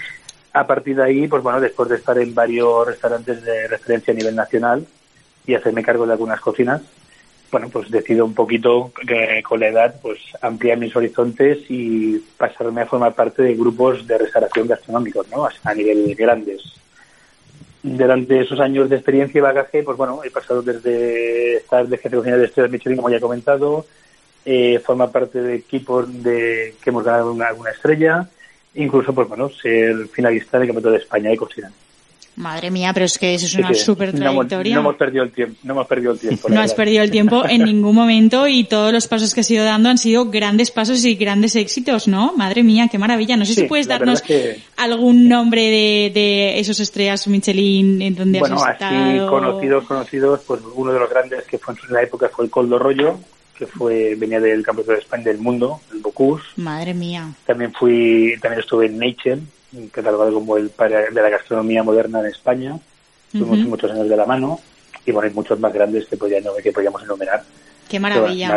A partir de ahí, pues después de estar en varios restaurantes de referencia a nivel nacional y hacerme cargo de algunas cocinas, pues decido un poquito con la edad pues ampliar mis horizontes y pasarme a formar parte de grupos de restauración gastronómicos, ¿no? A nivel grandes. Durante esos años de experiencia y bagaje, pues he pasado desde estar de jefe de cocina de estrellas Michelin, como ya he comentado, formar parte de equipos que hemos ganado alguna estrella, incluso ser finalista del Campeonato de España de cocina. Madre mía, pero es que eso es una súper trayectoria. No hemos perdido el tiempo. No has perdido el tiempo en ningún momento, y todos los pasos que has ido dando han sido grandes pasos y grandes éxitos, ¿no? Madre mía, qué maravilla. No sé si puedes darnos algún nombre de esos estrellas Michelin en donde has estado. Así conocidos, pues uno de los grandes que fue en la época fue el Coldo Rollo, que venía del Campeonato de España del Mundo, el Bocuse. Madre mía. También estuve en Nature, catalogado como el padre de la gastronomía moderna en España. Tuvimos muchos años de la mano, y hay muchos más grandes que podríamos enumerar. ¡Qué maravilla!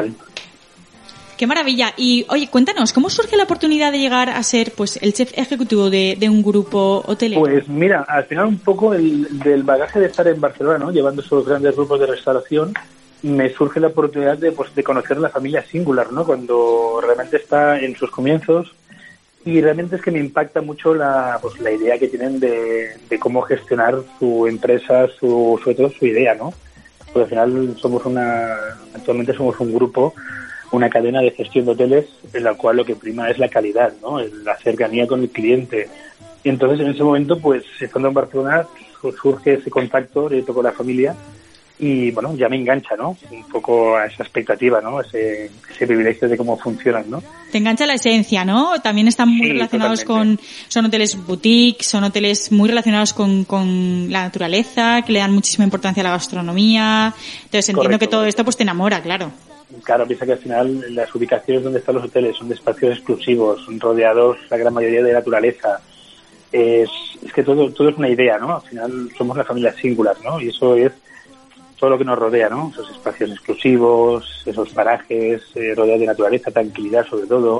¡Qué maravilla! Y, oye, cuéntanos, ¿cómo surge la oportunidad de llegar a ser pues el chef ejecutivo de un grupo hotelero? Pues mira, al final un poco del bagaje de estar en Barcelona, ¿no? Llevando esos grandes grupos de restauración, me surge la oportunidad de conocer la familia Singular, ¿no? Cuando realmente está en sus comienzos. Y realmente es que me impacta mucho la idea que tienen de cómo gestionar su empresa, sobre todo su idea, ¿no? Porque al final actualmente somos un grupo, una cadena de gestión de hoteles en la cual lo que prima es la calidad, ¿no? La cercanía con el cliente. Y entonces en ese momento, pues estando en Barcelona, surge ese contacto directo con la familia. Y ya me engancha, ¿no? Un poco a esa expectativa, ¿no? Ese privilegio de cómo funcionan, ¿no? Te engancha la esencia, ¿no? También están muy relacionados son hoteles boutique, son hoteles muy relacionados con la naturaleza, que le dan muchísima importancia a la gastronomía. Entonces entiendo que todo esto pues te enamora, claro. Claro, piensa que al final las ubicaciones donde están los hoteles son de espacios exclusivos, son rodeados la gran mayoría de naturaleza. Es que todo es una idea, ¿no? Al final somos la familia Singular, ¿no? Y eso es todo lo que nos rodea, ¿no? Esos espacios exclusivos, esos parajes, rodeados de naturaleza, tranquilidad sobre todo.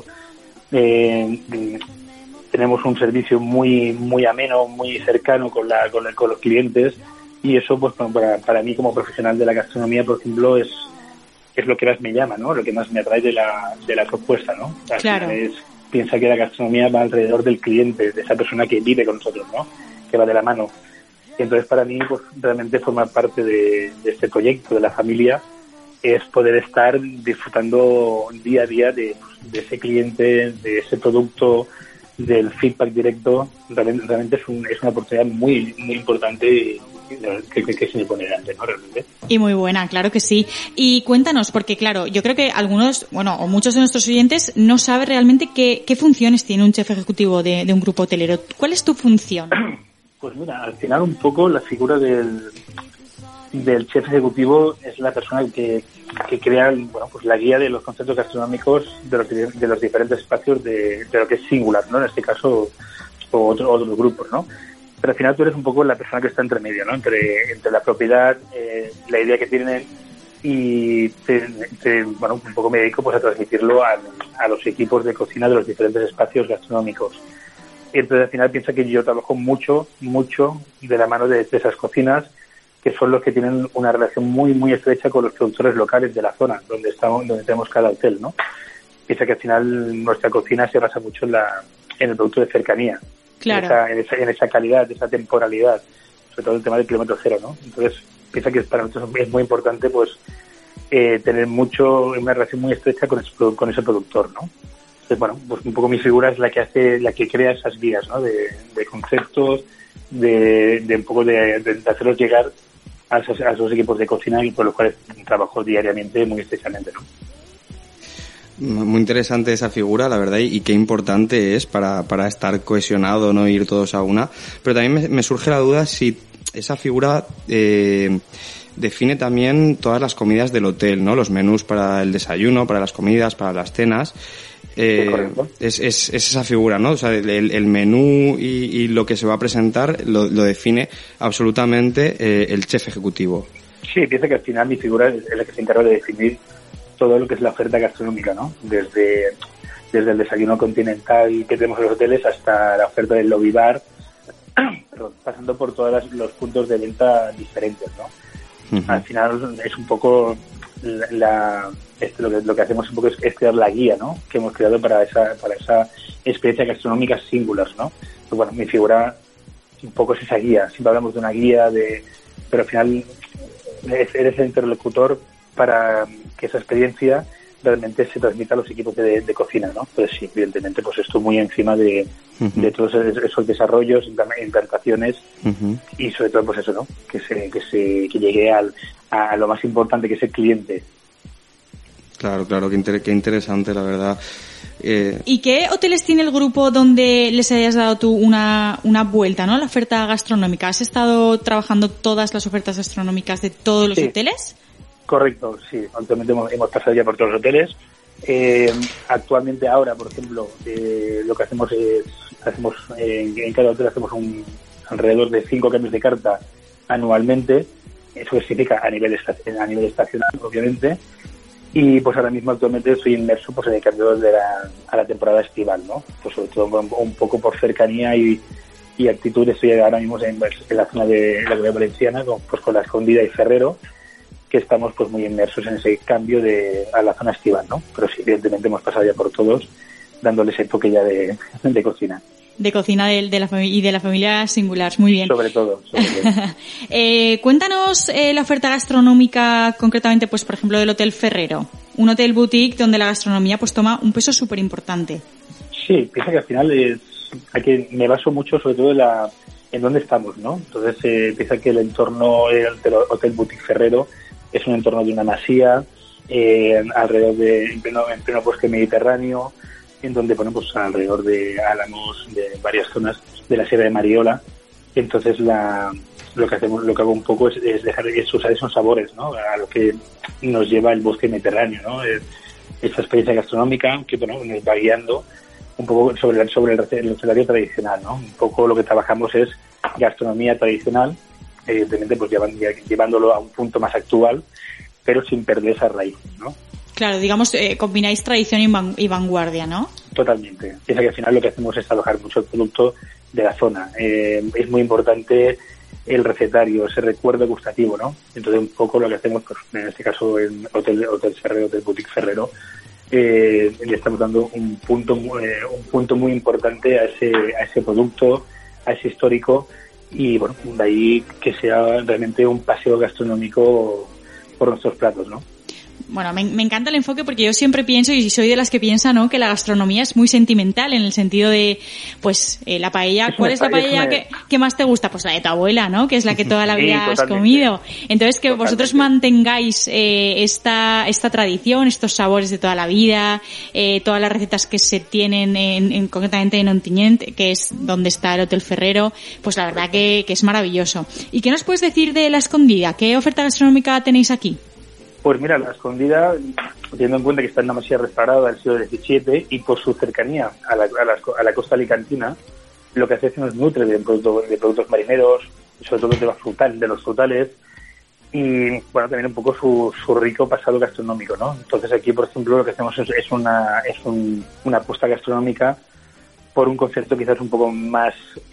Tenemos un servicio muy muy ameno, muy cercano con los clientes, y eso pues para mí como profesional de la gastronomía, por ejemplo, es lo que más me llama, ¿no? Lo que más me atrae de la propuesta, ¿no? Al claro. final piensa que la gastronomía va alrededor del cliente, de esa persona que vive con nosotros, ¿no? Que va de la mano. Y entonces para mí pues realmente formar parte de este proyecto, de la familia, es poder estar disfrutando día a día de ese cliente, de ese producto, del feedback directo. Realmente es una oportunidad muy muy importante que se me pone delante, ¿no? Realmente. Y muy buena, claro que sí. Y cuéntanos, porque claro, yo creo que algunos, o muchos de nuestros oyentes no saben realmente qué funciones tiene un chef ejecutivo de un grupo hotelero. ¿Cuál es tu función? Pues mira, al final un poco la figura del chef ejecutivo es la persona que crea la guía de los conceptos gastronómicos de los diferentes espacios de lo que es Singular, ¿no? En este caso, o otros grupos, ¿no? Pero al final tú eres un poco la persona que está entre medio, ¿no? Entre la propiedad, la idea que tienen, y un poco me dedico pues a transmitirlo a los equipos de cocina de los diferentes espacios gastronómicos. Y entonces al final piensa que yo trabajo mucho de la mano de esas cocinas, que son los que tienen una relación muy muy estrecha con los productores locales de la zona donde tenemos cada hotel, ¿no? Piensa que al final nuestra cocina se basa mucho en el producto de cercanía, claro, en esa calidad, esa temporalidad, sobre todo el tema del kilómetro cero, ¿no? Entonces piensa que para nosotros es muy importante pues tener una relación muy estrecha con ese productor, ¿no? Entonces, pues un poco mi figura es la que crea esas guías, ¿no? De conceptos, de un poco de hacerlos llegar a esos equipos de cocina y por los cuales trabajo diariamente muy estrechamente, ¿no? Muy interesante esa figura, la verdad, y qué importante es para estar cohesionado, no ir todos a una. Pero también me surge la duda si esa figura define también todas las comidas del hotel, ¿no? Los menús para el desayuno, para las comidas, para las cenas. Es esa figura, ¿no? O sea, el menú y lo que se va a presentar lo define absolutamente el chef ejecutivo. Sí, piensa que al final mi figura es la que se encarga de definir todo lo que es la oferta gastronómica, ¿no? Desde el desayuno continental que tenemos en los hoteles hasta la oferta del lobby bar, pasando por todos los puntos de venta diferentes, ¿no? Uh-huh. Al final es un poco lo que hacemos un poco es crear la guía, ¿no? Que hemos creado para esa experiencia gastronómica singular, ¿no? Pues bueno, mi figura un poco es esa guía. Siempre hablamos de una guía pero al final eres el interlocutor para que esa experiencia realmente se transmita a los equipos de cocina, ¿no? Pues sí, evidentemente, pues estoy muy encima de todos esos desarrollos, implantaciones, uh-huh, y sobre todo, pues eso, ¿no? Que llegue a lo más importante, que es el cliente. Claro, qué interesante, la verdad. ¿Y qué hoteles tiene el grupo donde les hayas dado tú una vuelta, ¿no? A la oferta gastronómica. ¿Has estado trabajando todas las ofertas gastronómicas de todos los hoteles? Correcto, sí. Actualmente hemos pasado ya por todos los hoteles. Actualmente ahora, por ejemplo, lo que hacemos en cada hotel hacemos alrededor de 5 cambios de carta anualmente. Eso significa a nivel estacional, obviamente. Y pues ahora mismo actualmente estoy inmerso pues en el cambio a la temporada estival, ¿no? Pues sobre todo un poco por cercanía y actitud. Estoy ahora mismo en la zona de la Comunidad Valenciana, pues con La Escondida y Ferrero, que estamos pues muy inmersos en ese cambio a la zona estival, ¿no? Pero sí, evidentemente hemos pasado ya por todos, dándoles ese toque ya de cocina. De cocina de la familia y de la familia Singulars, muy bien. Sobre todo. Cuéntanos la oferta gastronómica concretamente, pues por ejemplo del Hotel Ferrero, un hotel boutique donde la gastronomía pues toma un peso súper importante. Sí, piensa que al final aquí me baso mucho sobre todo en dónde estamos, ¿no? Entonces piensa que el entorno del Hotel Boutique Ferrero es un entorno de una masía, alrededor en pleno bosque mediterráneo, en donde ponemos alrededor de álamos de varias zonas de la Sierra de Mariola. Entonces lo que hago un poco es usar esos sabores, ¿no? A lo que nos lleva el bosque mediterráneo, ¿no? Esta experiencia gastronómica que nos va guiando un poco sobre el recetario tradicional, ¿no? Un poco lo que trabajamos es gastronomía tradicional, evidentemente pues llevándolo a un punto más actual, pero sin perder esas raíces, ¿no? Claro, digamos, combináis tradición y vanguardia, ¿no? Totalmente. Piensa que al final lo que hacemos es alojar mucho el producto de la zona. Es muy importante el recetario, ese recuerdo gustativo, ¿no? Entonces un poco lo que hacemos, pues, en este caso en Hotel Ferrero, Hotel Boutique Ferrero, le estamos dando un punto muy importante a ese producto, a ese histórico, y bueno, de ahí que sea realmente un paseo gastronómico por nuestros platos, ¿no? Bueno, me encanta el enfoque porque yo siempre pienso, y soy de las que piensa, ¿no?, que la gastronomía es muy sentimental en el sentido de, pues, la paella. ¿Cuál es la paella que más te gusta? Pues la de tu abuela, ¿no?, que es la que toda la vida has comido. Entonces, que vosotros mantengáis esta tradición, estos sabores de toda la vida, todas las recetas que se tienen concretamente en Ontinyent, que es donde está el Hotel Ferrero, pues la verdad que es maravilloso. ¿Y qué nos puedes decir de La Escondida? ¿Qué oferta gastronómica tenéis aquí? Pues mira, La Escondida, teniendo en cuenta que está en una masía restaurada del siglo XVII y por su cercanía a la costa alicantina, lo que hace es que nos nutre de productos marineros, sobre todo de los frutales, y bueno, también un poco su rico pasado gastronómico, ¿no? Entonces aquí, por ejemplo, lo que hacemos es una apuesta gastronómica por un concepto quizás un poco más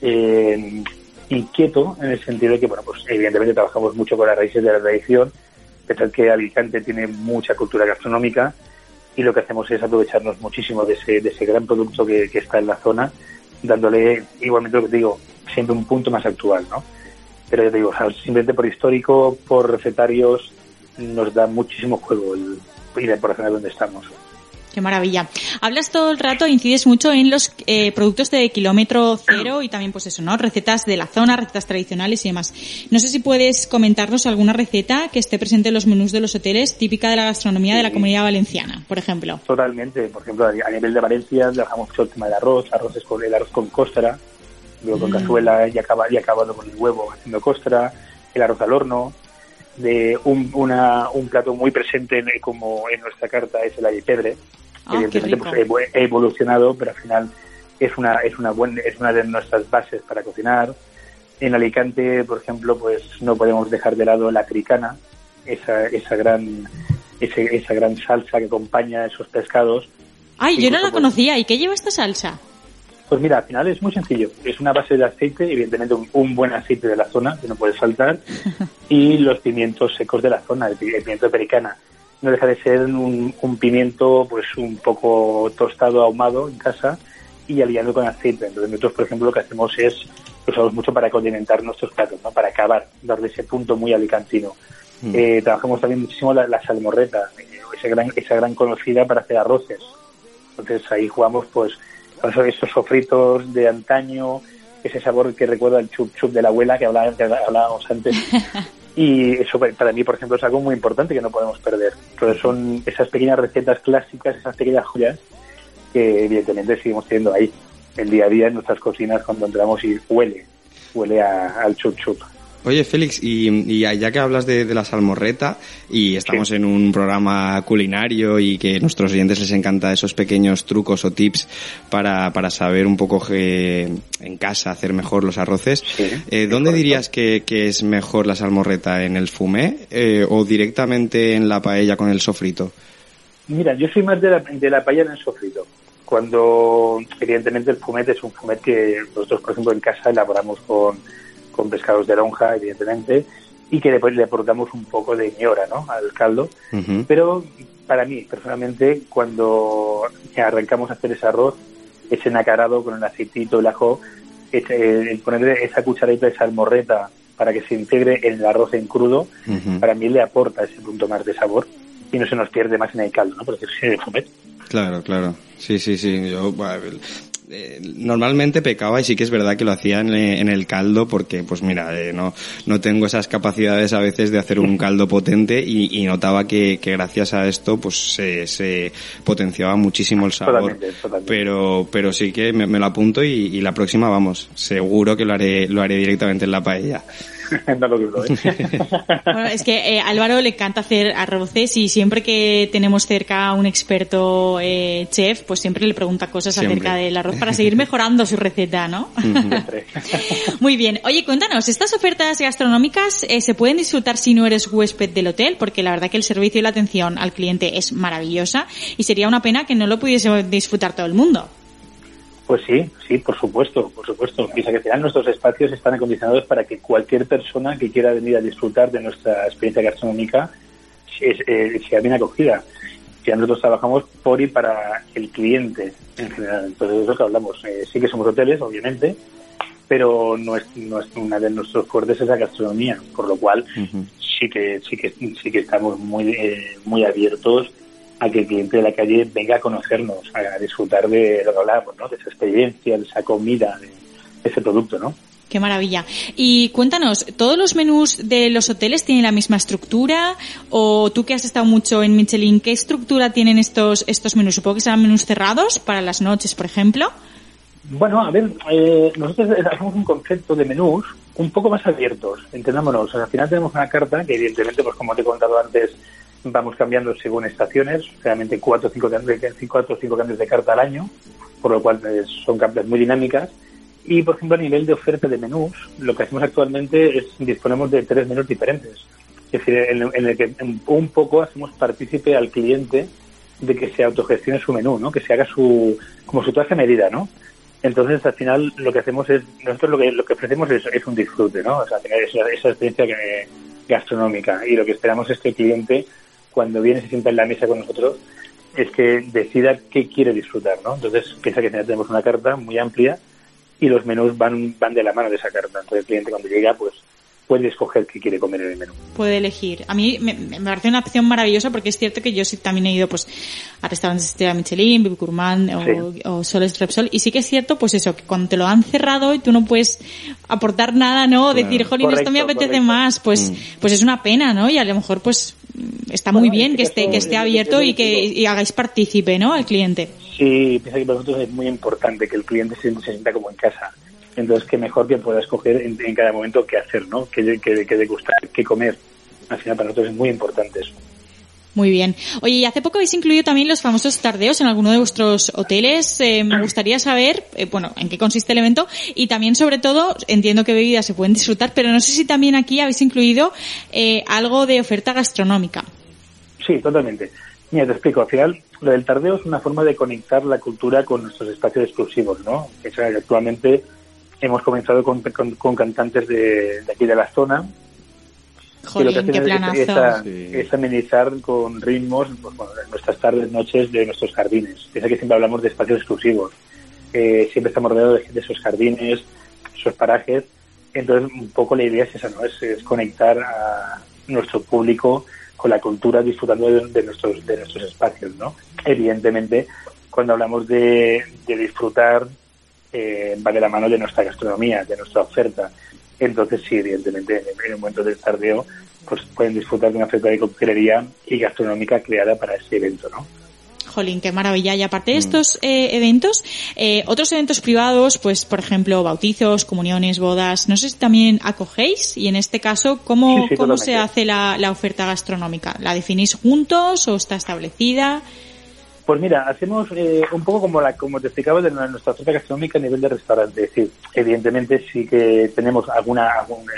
inquieto, en el sentido de que, bueno, pues evidentemente trabajamos mucho con las raíces de la tradición, de tal que Alicante tiene mucha cultura gastronómica, y lo que hacemos es aprovecharnos muchísimo de ese gran producto que está en la zona, dándole igualmente, lo que te digo, siempre un punto más actual, ¿no? Pero ya te digo, o sea, simplemente por histórico, por recetarios, nos da muchísimo juego ir por la zona donde estamos. Qué maravilla. Hablas todo el rato, incides mucho en los productos de kilómetro cero y también pues eso, ¿no? Recetas de la zona, recetas tradicionales y demás. No sé si puedes comentarnos alguna receta que esté presente en los menús de los hoteles, típica de la gastronomía de la Comunidad Valenciana, por ejemplo. Totalmente. Por ejemplo, a nivel de Valencia trabajamos mucho el tema del arroz, el arroz con costra, luego con cazuela y acabado con el huevo haciendo costra, el arroz al horno. Un plato muy presente como en nuestra carta es el allepedre. Evidentemente pues, he evolucionado, pero al final es una de nuestras bases para cocinar. En Alicante, por ejemplo, pues no podemos dejar de lado la tricana, esa gran salsa que acompaña esos pescados. Ay, yo no la conocía. ¿Y qué lleva esta salsa? Pues mira, al final es muy sencillo. Es una base de aceite, evidentemente un buen aceite de la zona, que no puede faltar, y los pimientos secos de la zona, el pimiento de pericana. No deja de ser un pimiento pues un poco tostado, ahumado en casa y aliado con aceite. Entonces nosotros, por ejemplo, lo que hacemos es, lo usamos mucho para condimentar nuestros platos, ¿no? Para acabar, darle ese punto muy alicantino. Trabajamos también muchísimo la salmorreta, esa gran conocida para hacer arroces. Entonces ahí jugamos pues con esos sofritos de antaño, ese sabor que recuerda el chup chup de la abuela que hablábamos antes. Y eso para mí, por ejemplo, es algo muy importante que no podemos perder. Entonces son esas pequeñas recetas clásicas, esas pequeñas joyas que evidentemente seguimos teniendo ahí, el día a día en nuestras cocinas cuando entramos y huele al chup chup. Oye, Félix, y ya que hablas de la salmorreta y estamos en un programa culinario y que a nuestros oyentes les encanta esos pequeños trucos o tips para saber un poco en casa hacer mejor los arroces, ¿dónde dirías que es mejor la salmorreta? ¿En el fumé o directamente en la paella con el sofrito? Mira, yo soy más de la paella en el sofrito. Cuando, evidentemente, el fumet es un fumet que nosotros, por ejemplo, en casa elaboramos con pescados de lonja, evidentemente, y que después le aportamos un poco de ñora, ¿no?, al caldo. Uh-huh. Pero para mí, personalmente, cuando arrancamos a hacer ese arroz, ese nacarado con el aceitito, el ajo, el ponerle esa cucharadita de salmorreta para que se integre en el arroz en crudo, uh-huh, para mí le aporta ese punto más de sabor y no se nos pierde más en el caldo, ¿no?, porque es el fumet. Claro. Sí. Yo normalmente pecaba y sí que es verdad que lo hacía en el caldo porque, pues mira, no tengo esas capacidades a veces de hacer un caldo potente y notaba que gracias a esto pues se potenciaba muchísimo el sabor. Totalmente. Pero sí que me lo apunto y la próxima, vamos, seguro que lo haré directamente en la paella. No lo dudo, Bueno, es que Álvaro le encanta hacer arroces y siempre que tenemos cerca a un experto chef, pues siempre le pregunta cosas acerca del arroz para seguir mejorando su receta, ¿no? Muy bien. Oye, cuéntanos, ¿estas ofertas gastronómicas se pueden disfrutar si no eres huésped del hotel? Porque la verdad que el servicio y la atención al cliente es maravillosa y sería una pena que no lo pudiese disfrutar todo el mundo. Pues sí, por supuesto. Piensa que al final nuestros espacios están acondicionados para que cualquier persona que quiera venir a disfrutar de nuestra experiencia gastronómica sea bien acogida. Ya nosotros trabajamos por y para el cliente en general. Entonces, de eso que hablamos. Sí que somos hoteles, obviamente, pero no es una de nuestros fuertes es la gastronomía, por lo cual uh-huh, sí que estamos muy abiertos a que el cliente de la calle venga a conocernos, a disfrutar de lo que hablábamos, ¿no?, de esa experiencia, de esa comida, de ese producto, ¿no? Qué maravilla. Y cuéntanos, ¿todos los menús de los hoteles tienen la misma estructura? O tú que has estado mucho en Michelin, ¿qué estructura tienen estos menús? Supongo que serán menús cerrados para las noches, por ejemplo. Bueno, a ver, nosotros hacemos un concepto de menús un poco más abiertos, entendámonos. O sea, al final tenemos una carta que evidentemente, pues como te he contado antes, vamos cambiando según estaciones, realmente 4 o 5 cambios de carta al año, por lo cual son cartas muy dinámicas. Y, por ejemplo, a nivel de oferta de menús, lo que hacemos actualmente es disponemos de 3 menús diferentes. Es decir, en el que un poco hacemos partícipe al cliente de que se autogestione su menú, ¿no?, que se haga como su traje a medida, ¿no? Entonces, al final, lo que hacemos es, nosotros lo que ofrecemos es un disfrute, ¿no? O sea, tener esa experiencia gastronómica. Y lo que esperamos es que el cliente, cuando viene y se sienta en la mesa con nosotros, es que decida qué quiere disfrutar, ¿no? Entonces, piensa que tenemos una carta muy amplia y los menús van de la mano de esa carta. Entonces, el cliente cuando llega, pues puede escoger qué quiere comer en el menú. Puede elegir. A mí me parece una opción maravillosa porque es cierto que yo sí también he ido pues a restaurantes de estrella Michelin, Bibi Gourmand o Soles Repsol, y sí que es cierto pues eso, que cuando te lo han cerrado y tú no puedes aportar nada, ¿no? Claro. Decir, jolín, esto me apetece más, pues es una pena, ¿no? Y a lo mejor pues está muy bien que esté abierto y que hagáis partícipe, ¿no? Al cliente. Sí, piensa que para nosotros es muy importante que el cliente se sienta como en casa. Entonces, qué mejor que pueda escoger en cada momento qué hacer, ¿no? Qué degustar, qué comer. Al final, para nosotros es muy importante eso. Muy bien. Oye, y hace poco habéis incluido también los famosos tardeos en alguno de vuestros hoteles. Me gustaría saber, en qué consiste el evento y también, sobre todo, entiendo que bebidas se pueden disfrutar, pero no sé si también aquí habéis incluido algo de oferta gastronómica. Sí, totalmente. Mira, te explico. Al final, lo del tardeo es una forma de conectar la cultura con nuestros espacios exclusivos, ¿no? Que actualmente hemos comenzado con cantantes de aquí de la zona. Jolín, y lo que qué planazo. Es amenizar con ritmos nuestras tardes, noches de nuestros jardines. Piensa que siempre hablamos de espacios exclusivos. Siempre estamos rodeados de esos jardines, esos parajes. Entonces, un poco la idea es esa, ¿no? Es conectar a nuestro público con la cultura, disfrutando de nuestros espacios, ¿no? Evidentemente, cuando hablamos de disfrutar, va de la mano de nuestra gastronomía, de nuestra oferta. Entonces, sí, evidentemente, en el momento del tardeo, pues pueden disfrutar de una oferta de coctelería y gastronómica creada para ese evento, ¿no? Jolín, qué maravilla. Y aparte de estos eventos, otros eventos privados, pues por ejemplo, bautizos, comuniones, bodas, no sé si también acogéis, y en este caso, ¿cómo se hace la oferta gastronómica? ¿La definís juntos o está establecida? Pues mira, hacemos un poco como te explicaba de nuestra oferta gastronómica a nivel de restaurante. Es decir, evidentemente sí que tenemos alguna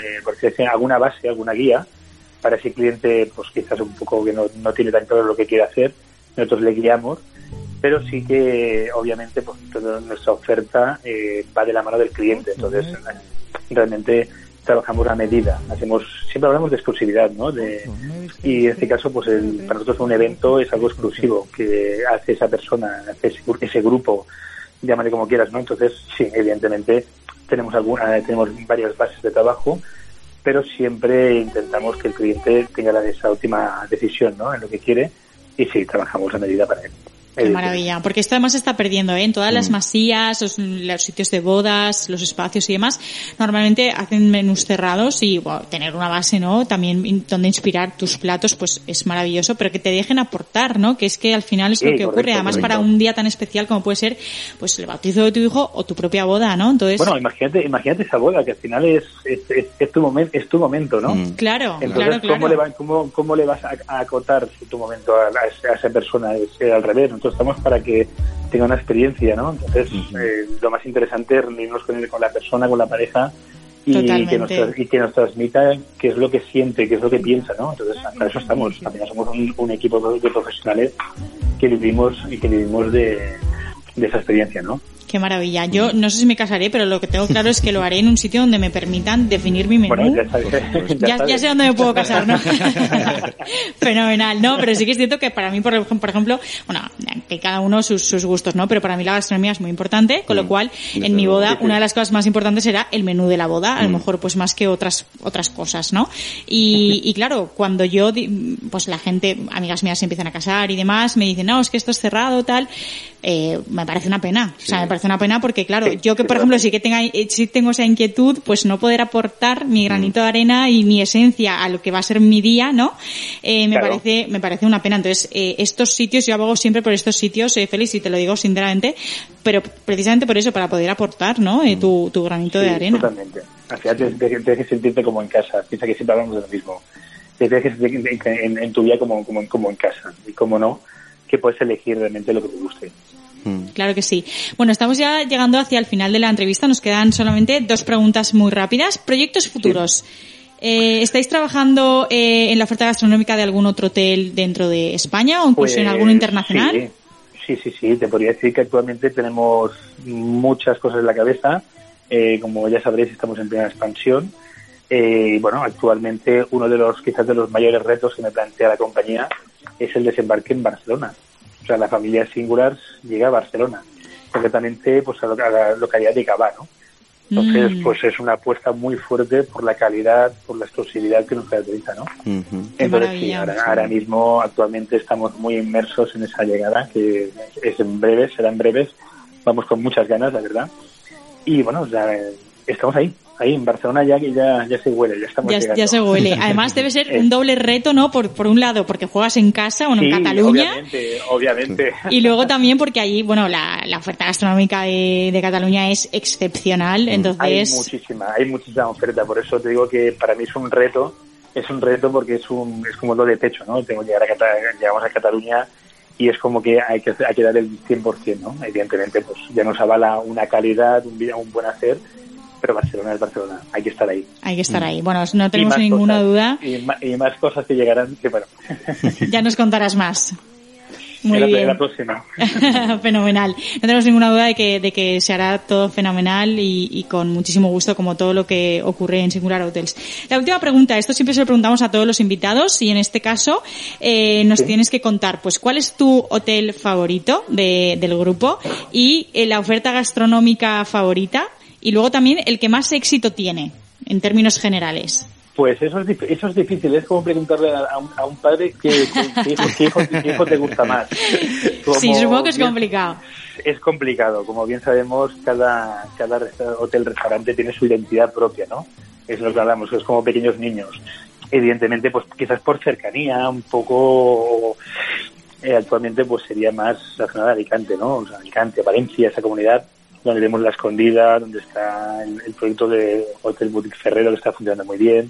base, alguna guía para ese cliente, pues quizás un poco que no tiene tan claro lo que quiere hacer. Nosotros le guiamos, pero sí que obviamente pues toda nuestra oferta va de la mano del cliente. Entonces realmente trabajamos a medida. Siempre hablamos de exclusividad, ¿no? Y en este caso, pues para nosotros un evento es algo exclusivo que hace esa persona, hace ese grupo, llámale como quieras, ¿no? Entonces, sí, evidentemente tenemos varias bases de trabajo, pero siempre intentamos que el cliente tenga esa última decisión, ¿no? En lo que quiere, y sí, trabajamos a medida para él. Qué maravilla, porque esto además se está perdiendo, en todas las masías, los sitios de bodas, los espacios y demás, normalmente hacen menús cerrados y tener una base, ¿no? También donde inspirar tus platos, pues es maravilloso, pero que te dejen aportar, ¿no? Que es que al final es lo que ocurre, además para un día tan especial como puede ser, pues el bautizo de tu hijo o tu propia boda, ¿no? Entonces, bueno, imagínate esa boda que al final es tu momento, ¿no? Claro. Entonces, claro. ¿cómo le vas a acotar tu momento a esa persona? Es al revés, ¿no? Estamos para que tenga una experiencia, ¿no? Entonces, lo más interesante es reunirnos con la persona, con la pareja y que nos transmita qué es lo que siente, qué es lo que piensa, ¿no? Entonces, para eso estamos. Al final somos un equipo de profesionales que vivimos de esa experiencia, ¿no? Qué maravilla. Yo no sé si me casaré, pero lo que tengo claro es que lo haré en un sitio donde me permitan definir mi menú. Bueno, ya sé dónde me puedo casar, ¿no? Fenomenal, ¿no? Pero sí que es cierto que para mí, por ejemplo, que cada uno sus gustos, ¿no? Pero para mí la gastronomía es muy importante, con lo cual, en mi boda, una de las cosas más importantes será el menú de la boda, a lo mejor pues más que otras cosas, ¿no? Y claro, cuando pues la gente, amigas mías se empiezan a casar y demás, me dicen, no, es que esto es cerrado, tal, me parece una pena. O sea, me parece una pena porque, claro, yo que, por ejemplo, sí tengo esa inquietud, pues no poder aportar mi granito de arena y mi esencia a lo que va a ser mi día, ¿no? Me parece una pena. Entonces, estos sitios, yo abogo siempre por estos sitios, Félix, y te lo digo sinceramente, pero precisamente por eso, para poder aportar, ¿no? Tu granito de arena. Totalmente. Al final tienes que sentirte como en casa. Piensa que siempre hablamos de lo mismo. Tienes que sentirte en tu vida como en casa. Y como no, que puedes elegir realmente lo que te guste. Claro que sí. Bueno, estamos ya llegando hacia el final de la entrevista. Nos quedan solamente 2 preguntas muy rápidas. Proyectos futuros. Sí. ¿Estáis trabajando en la oferta gastronómica de algún otro hotel dentro de España o incluso en alguno internacional? Sí. Te podría decir que actualmente tenemos muchas cosas en la cabeza. Como ya sabréis, estamos en plena expansión. Bueno, actualmente uno de los mayores retos que me plantea la compañía es el desembarque en Barcelona. O sea, la familia Singulars llega a Barcelona, concretamente pues a la localidad de Gavà, ¿no? Entonces, pues es una apuesta muy fuerte por la calidad, por la exclusividad que nos caracteriza, ¿no? Entonces, sí, ahora mismo, actualmente estamos muy inmersos en esa llegada, que es en breves, serán breves. Vamos con muchas ganas, la verdad. Y bueno, ya estamos ahí en Barcelona ya se huele, ya estamos llegando. Ya se huele. Además debe ser un doble reto, ¿no? Por un lado, porque juegas en casa, en Cataluña. Obviamente. Y luego también porque allí, bueno, la oferta gastronómica de Cataluña es excepcional, entonces... Hay muchísima oferta, por eso te digo que para mí es un reto porque es como lo de pecho, ¿no? Llegamos a Cataluña y es como que hay que dar el 100%, ¿no? Evidentemente, pues ya nos avala una calidad, un buen hacer, pero Barcelona es Barcelona, hay que estar ahí. Hay que estar ahí. Bueno, no tenemos ninguna duda. Y más cosas que llegarán, que bueno. Ya nos contarás más. Muy bien. La próxima. Fenomenal. No tenemos ninguna duda de que se hará todo fenomenal y con muchísimo gusto, como todo lo que ocurre en Singular Hotels. La última pregunta, esto siempre se lo preguntamos a todos los invitados y en este caso nos tienes que contar, pues, ¿cuál es tu hotel favorito del grupo y la oferta gastronómica favorita? Y luego también el que más éxito tiene, en términos generales. Pues eso es difícil, es como preguntarle a un padre qué hijo te gusta más. Sí, supongo que es complicado. Es complicado, como bien sabemos, cada hotel-restaurante tiene su identidad propia, ¿no? Es lo que hablamos, es como pequeños niños. Evidentemente, pues quizás por cercanía, un poco... actualmente pues sería más la zona de Alicante, ¿no? O sea, Alicante, Valencia, esa comunidad donde tenemos La Escondida, donde está el proyecto de Hotel Boutique Ferrero, que está funcionando muy bien.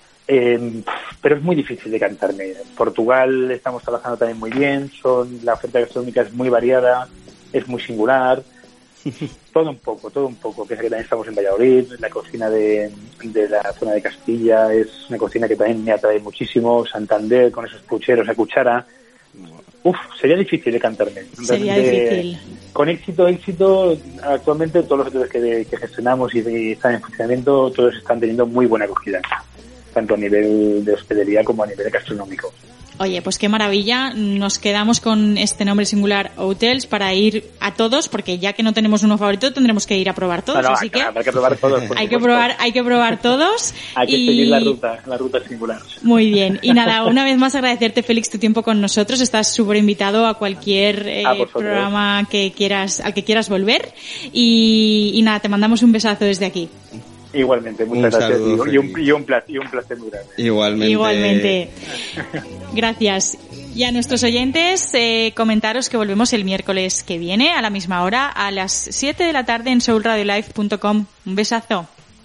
Pero es muy difícil decantarme. Portugal estamos trabajando también muy bien, la oferta gastronómica es muy variada, es muy singular. Todo un poco. Piensa que también estamos en Valladolid, la cocina de la zona de Castilla es una cocina que también me atrae muchísimo. Santander, con esos pucheros a cuchara. Sería difícil decantarme. Sería difícil. Con éxito, actualmente todos los hoteles que gestionamos y están en funcionamiento, todos están teniendo muy buena acogida, tanto a nivel de hospedería como a nivel gastronómico. Oye, pues qué maravilla. Nos quedamos con este nombre Singular Hotels para ir a todos, porque ya que no tenemos uno favorito, tendremos que ir a probar todos. Así que hay que probar todos. Hay que probar todos. Hay que seguir la ruta singular. Muy bien. Y nada, una vez más agradecerte, Félix, tu tiempo con nosotros. Estás súper invitado a cualquier programa al que quieras volver. Y nada, te mandamos un besazo desde aquí. Igualmente, muchas gracias. Y un placer muy grande. Igualmente. Gracias. Y a nuestros oyentes, comentaros que volvemos el miércoles que viene a la misma hora, a las 7 de la tarde en soulradiolive.com. Un besazo.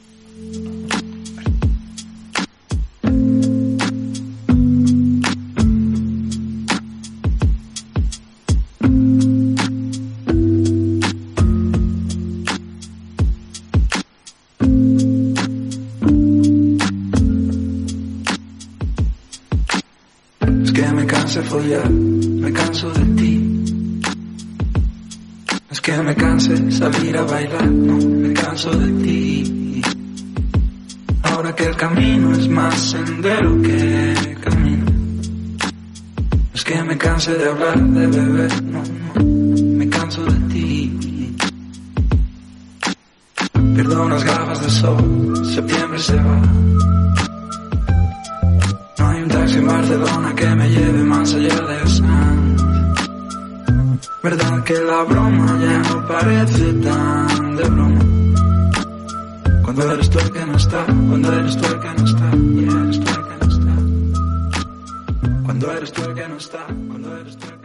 Me canso de ti. Es que me canse salir a bailar, no, me canso de ti. Ahora que el camino es más sendero que camino. Es que me canse de hablar, de beber, no, me canso de ti. Pierdo unas gafas de sol, septiembre se va. No hay un taxi en Barcelona que me lleve más allá de Sanz. Verdad que la broma ya no parece tan de broma. Cuando eres tú el que no está, cuando eres tú el que no está, y eres tú el que no está. Cuando eres tú el que no está, cuando eres tú el que no está.